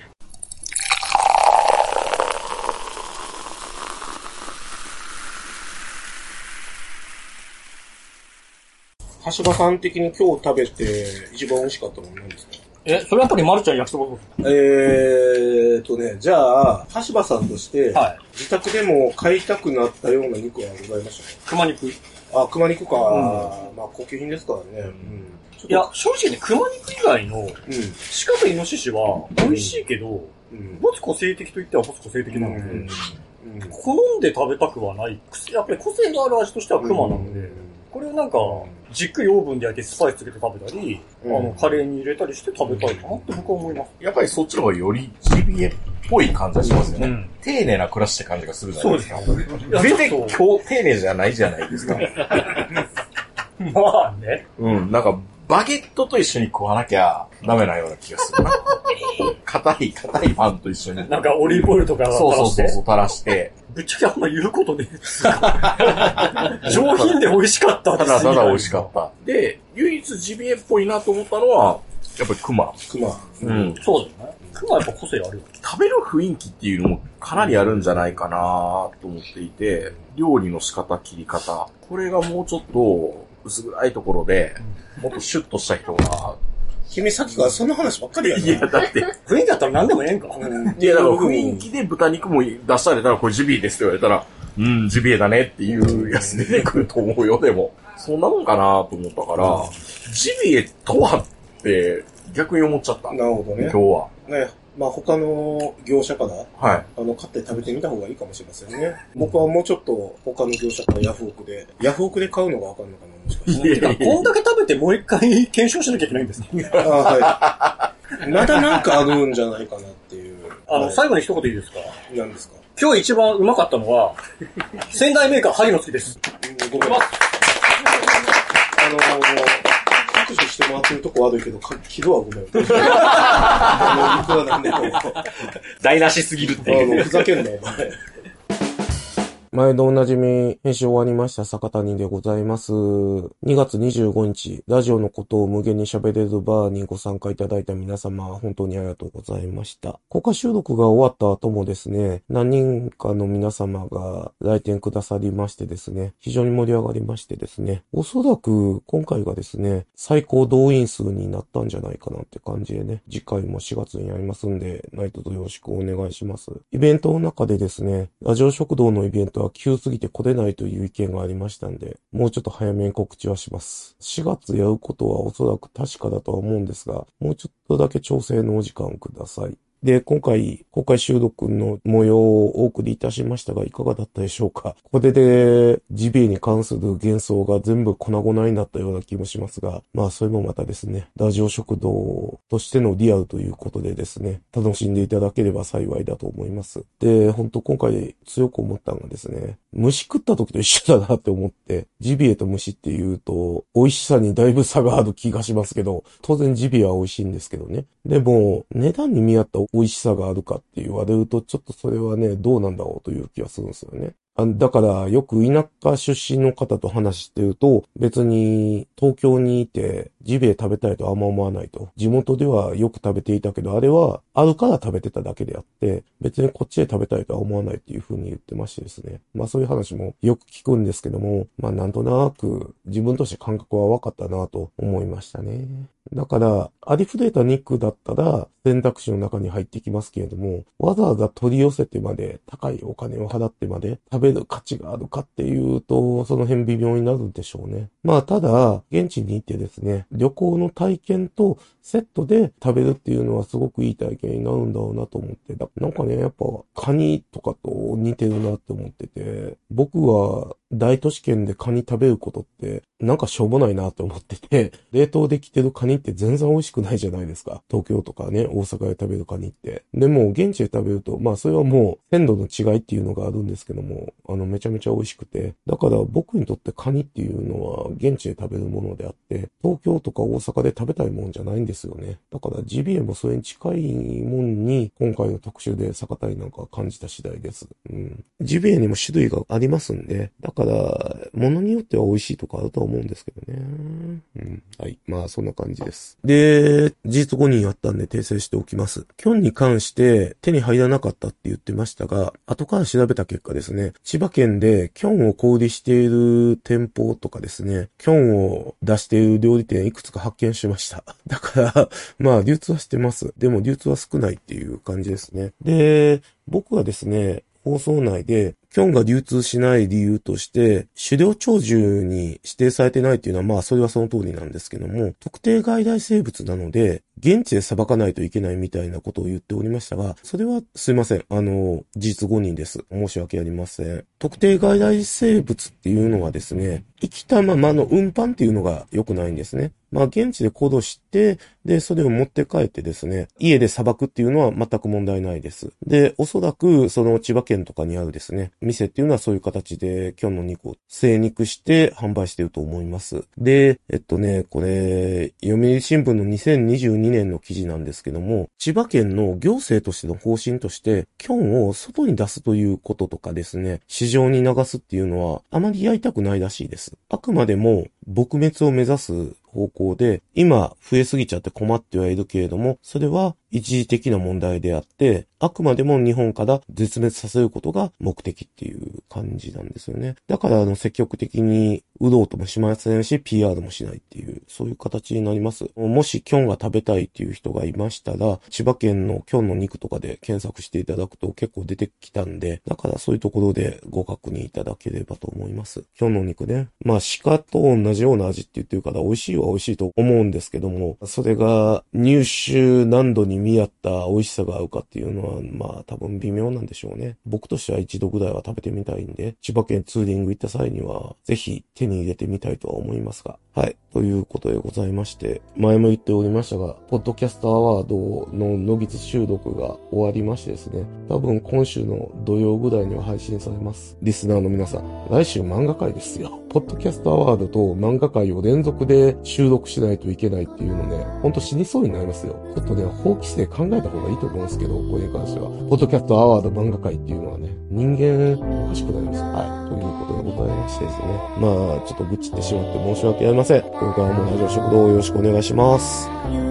Speaker 1: 橋場さん的に今日食べて一番美味しかったもの何ですか？
Speaker 2: え、それはやっぱりマルちゃん焼きそばですか？
Speaker 1: えーとね、じゃあ、橋場さんとして、はい、自宅でも買いたくなったような肉はございましたか？
Speaker 2: 熊肉。
Speaker 1: あ、熊肉か。うん、まあ、高級品ですからね。うん、
Speaker 2: いや、正直ね、熊肉以外の、うん、鹿とイノシシは美味しいけど、うん、没個性的と言っては没個性的なので、うんうん、好んで食べたくはない。やっぱり個性のある味としては熊なので、うん、これをなんか、じっくりオーブンで焼いてスパイスつけて食べたり、うん、あの、カレーに入れたりして食べたいかなって僕は思います。
Speaker 6: やっぱりそっちの方がよりジビエっぽい感じがしますよね。うん、丁寧な暮らしって感じがするじゃないですか。そうですか。全然今日丁寧じゃないじゃないですか。
Speaker 2: まあね。
Speaker 6: うん、なんか、バゲットと一緒に食わなきゃダメなような気がするな。硬い、硬いパンと一緒に。
Speaker 2: なんかオリーブオイルとか垂らして。
Speaker 6: そうそうそう、垂らして。
Speaker 2: ぶっちゃけあんま言うことねえ。上品で美味しかった
Speaker 6: ただただ美味しかった。で、唯一ジビエっぽいなと思ったのは、やっぱりクマ。
Speaker 1: クマ。
Speaker 2: うん。そうだよね。クマやっぱ個性あるよ。
Speaker 6: 食べる雰囲気っていうのもかなりあるんじゃないかなと思っていて、料理の仕方、切り方。これがもうちょっと薄暗いところで、もっとシュッとした人が、
Speaker 1: 君さっきからそんな話ばっかりやね。
Speaker 6: いや、だって。
Speaker 2: 雰囲気だったら何でもええんか。
Speaker 6: いや、だから雰囲気で豚肉も出されたらこれジビエですって言われたら、うん、ジビエだねっていうやつ出てくると思うよ、でも。そんなもんかなと思ったから、ジビエとはって逆に思っちゃった。
Speaker 1: なるほどね。
Speaker 6: 今日は。
Speaker 1: ね。まあ他の業者から、はい。あの、買って食べてみた方がいいかもしれませんね。僕はもうちょっと他の業者からヤフオクで、ヤフオクで買うのがわかんのかな、もしかして。
Speaker 2: いやいやこんだけ食べてもう一回検証しなきゃいけないんですね。あ
Speaker 1: はい。まだなんかあるんじゃないかなっていう。
Speaker 2: あの、はい、最後に一言いいですか？
Speaker 1: 何ですか？
Speaker 2: 今日一番うまかったのは、仙台メーカー萩の月です。
Speaker 1: ごめん。あのー、拍手してもらってるとこ悪いけど、キドはごめん。あの、いくらなんでも。
Speaker 6: 台無しすぎるっていう。
Speaker 1: あの、ふざけんなよ、お前。毎度おなじみ、編集終わりました坂谷でございます。にがつにじゅうごにち、ラジオのことを無限に喋れるバーにご参加いただいた皆様、本当にありがとうございました。公開収録が終わった後もですね、何人かの皆様が来店くださりましてですね、非常に盛り上がりましてですね、おそらく今回がですね、最高動員数になったんじゃないかなって感じでね、次回もしがつにありますんで、何卒よろしくお願いします。イベントの中でですね、ラジオ食堂のイベントは急すぎて来れないという意見がありましたんで、もうちょっと早めに告知はします。しがつやることはおそらく確かだとは思うんですが、もうちょっとだけ調整のお時間ください。で、今回、公開収録の模様をお送りいたしましたが、いかがだったでしょうか。これで、ジビエに関する幻想が全部粉々になったような気もしますが、まあ、それもまたですね、ラジオ食堂としてのリアルということでですね、楽しんでいただければ幸いだと思います。で、本当今回強く思ったのがですね、 虫食った時と一緒だなって思って、ジビエと虫って言うと、美味しさにだいぶ差がある気がしますけど、当然ジビエは美味しいんですけどね。でも、値段に見合った美味しさがあるかって言われると、ちょっとそれはね、どうなんだろうという気がするんですよね。だから、よく田舎出身の方と話してると、別に東京にいてジビエ食べたいとあんま思わないと。地元ではよく食べていたけど、あれはあるから食べてただけであって、別にこっちで食べたいとは思わないっていう風に言ってましてですね。まあそういう話もよく聞くんですけども、まあなんとなく自分として感覚は分かったなと思いましたね。だから、ありふれた肉だったら選択肢の中に入ってきますけれども、わざわざ取り寄せてまで高いお金を払ってまで食べる価値があるかっていうと、その辺微妙になるんでしょうね。まあただ、現地に行ってですね、旅行の体験とセットで食べるっていうのはすごくいい体験になるんだろうなと思って、だなんかね、やっぱカニとかと似てるなって思ってて、僕は大都市圏でカニ食べることってなんかしょうもないなって思ってて、冷凍できてるカニって全然美味しくないじゃないですか。東京とかね、大阪で食べるカニって。でも現地で食べると、まあそれはもう鮮度の違いっていうのがあるんですけども、あのめちゃめちゃ美味しくて、だから僕にとってカニっていうのは現地で食べるものであって、東京とか大阪で食べたいもんじゃないんですよね。だからジビエもそれに近いもんに今回の特集で酒田になんか感じた次第です。うん。ジビエにも種類がありますんで、だから物によっては美味しいとかあるとは思うんですけどね。うん。はい。まあそんな感じです。で、事実ごにんやったんで訂正しておきます。キョンに関して手に入らなかったって言ってましたが、後から調べた結果ですね、千葉県でキョンを小売りしている店舗とかですね、キョンを出している料理店いくつか発見しました。だから、まあ流通はしてます。でも流通は少ないっていう感じですね。で、僕はですね、放送内で、キョンが流通しない理由として、狩猟鳥獣に指定されてないっていうのは、まあそれはその通りなんですけども、特定外来生物なので、現地で裁かないといけないみたいなことを言っておりましたが、それはすいません。あの、事実誤認です。申し訳ありません。特定外来生物っていうのはですね、生きたままの運搬っていうのが良くないんですね。まあ現地で殺して、で、それを持って帰ってですね、家で裁くっていうのは全く問題ないです。で、おそらくその千葉県とかにあるですね、店っていうのはそういう形でキョンの肉を精肉して販売していると思います。で、えっとね、これ、読売新聞のにせんにじゅうにねんの記事なんですけども、千葉県の行政としての方針として、キョンを外に出すということとかですね、市場に流すっていうのはあまりやりたくないらしいです。あくまでも撲滅を目指す方向で、今増えすぎちゃって困ってはいるけれども、それは一時的な問題であって、あくまでも日本から絶滅させることが目的っていう感じなんですよね。だからあの積極的に売ろうともしませんし、ピーアール もしないっていう、そういう形になります。もしキョンが食べたいっていう人がいましたら、千葉県のキョンの肉とかで検索していただくと結構出てきたんで、だからそういうところでご確認いただければと思います。キョンの肉ね。まあ鹿と同じような味って言ってるから美味しいは美味しいと思うんですけども、それが入手難度に見合った美味しさが合うかっていうのは、まあ多分微妙なんでしょうね。僕としては一度ぐらいは食べてみたいんで、千葉県ツーリング行った際には、ぜひ手に入れてみたいとは思いますが。はい。ということでございまして、前も言っておりましたが、ポッドキャストアワードの野木収録が終わりましてですね、多分今週の土曜ぐらいには配信されます。リスナーの皆さん、来週漫画会ですよ。ポッドキャストアワードと漫画会を連続で収録しないといけないっていうのね、ほんと死にそうになりますよ。ちょっとね、法規制考えた方がいいと思うんですけど、これに関しては。ポッドキャストアワード漫画会っていうのはね、人間おかしくなります。はい。ということでございましてですね。まあ、ちょっと愚痴ってしまって申し訳ありません。これからもラジオ食堂をよろしくお願いします。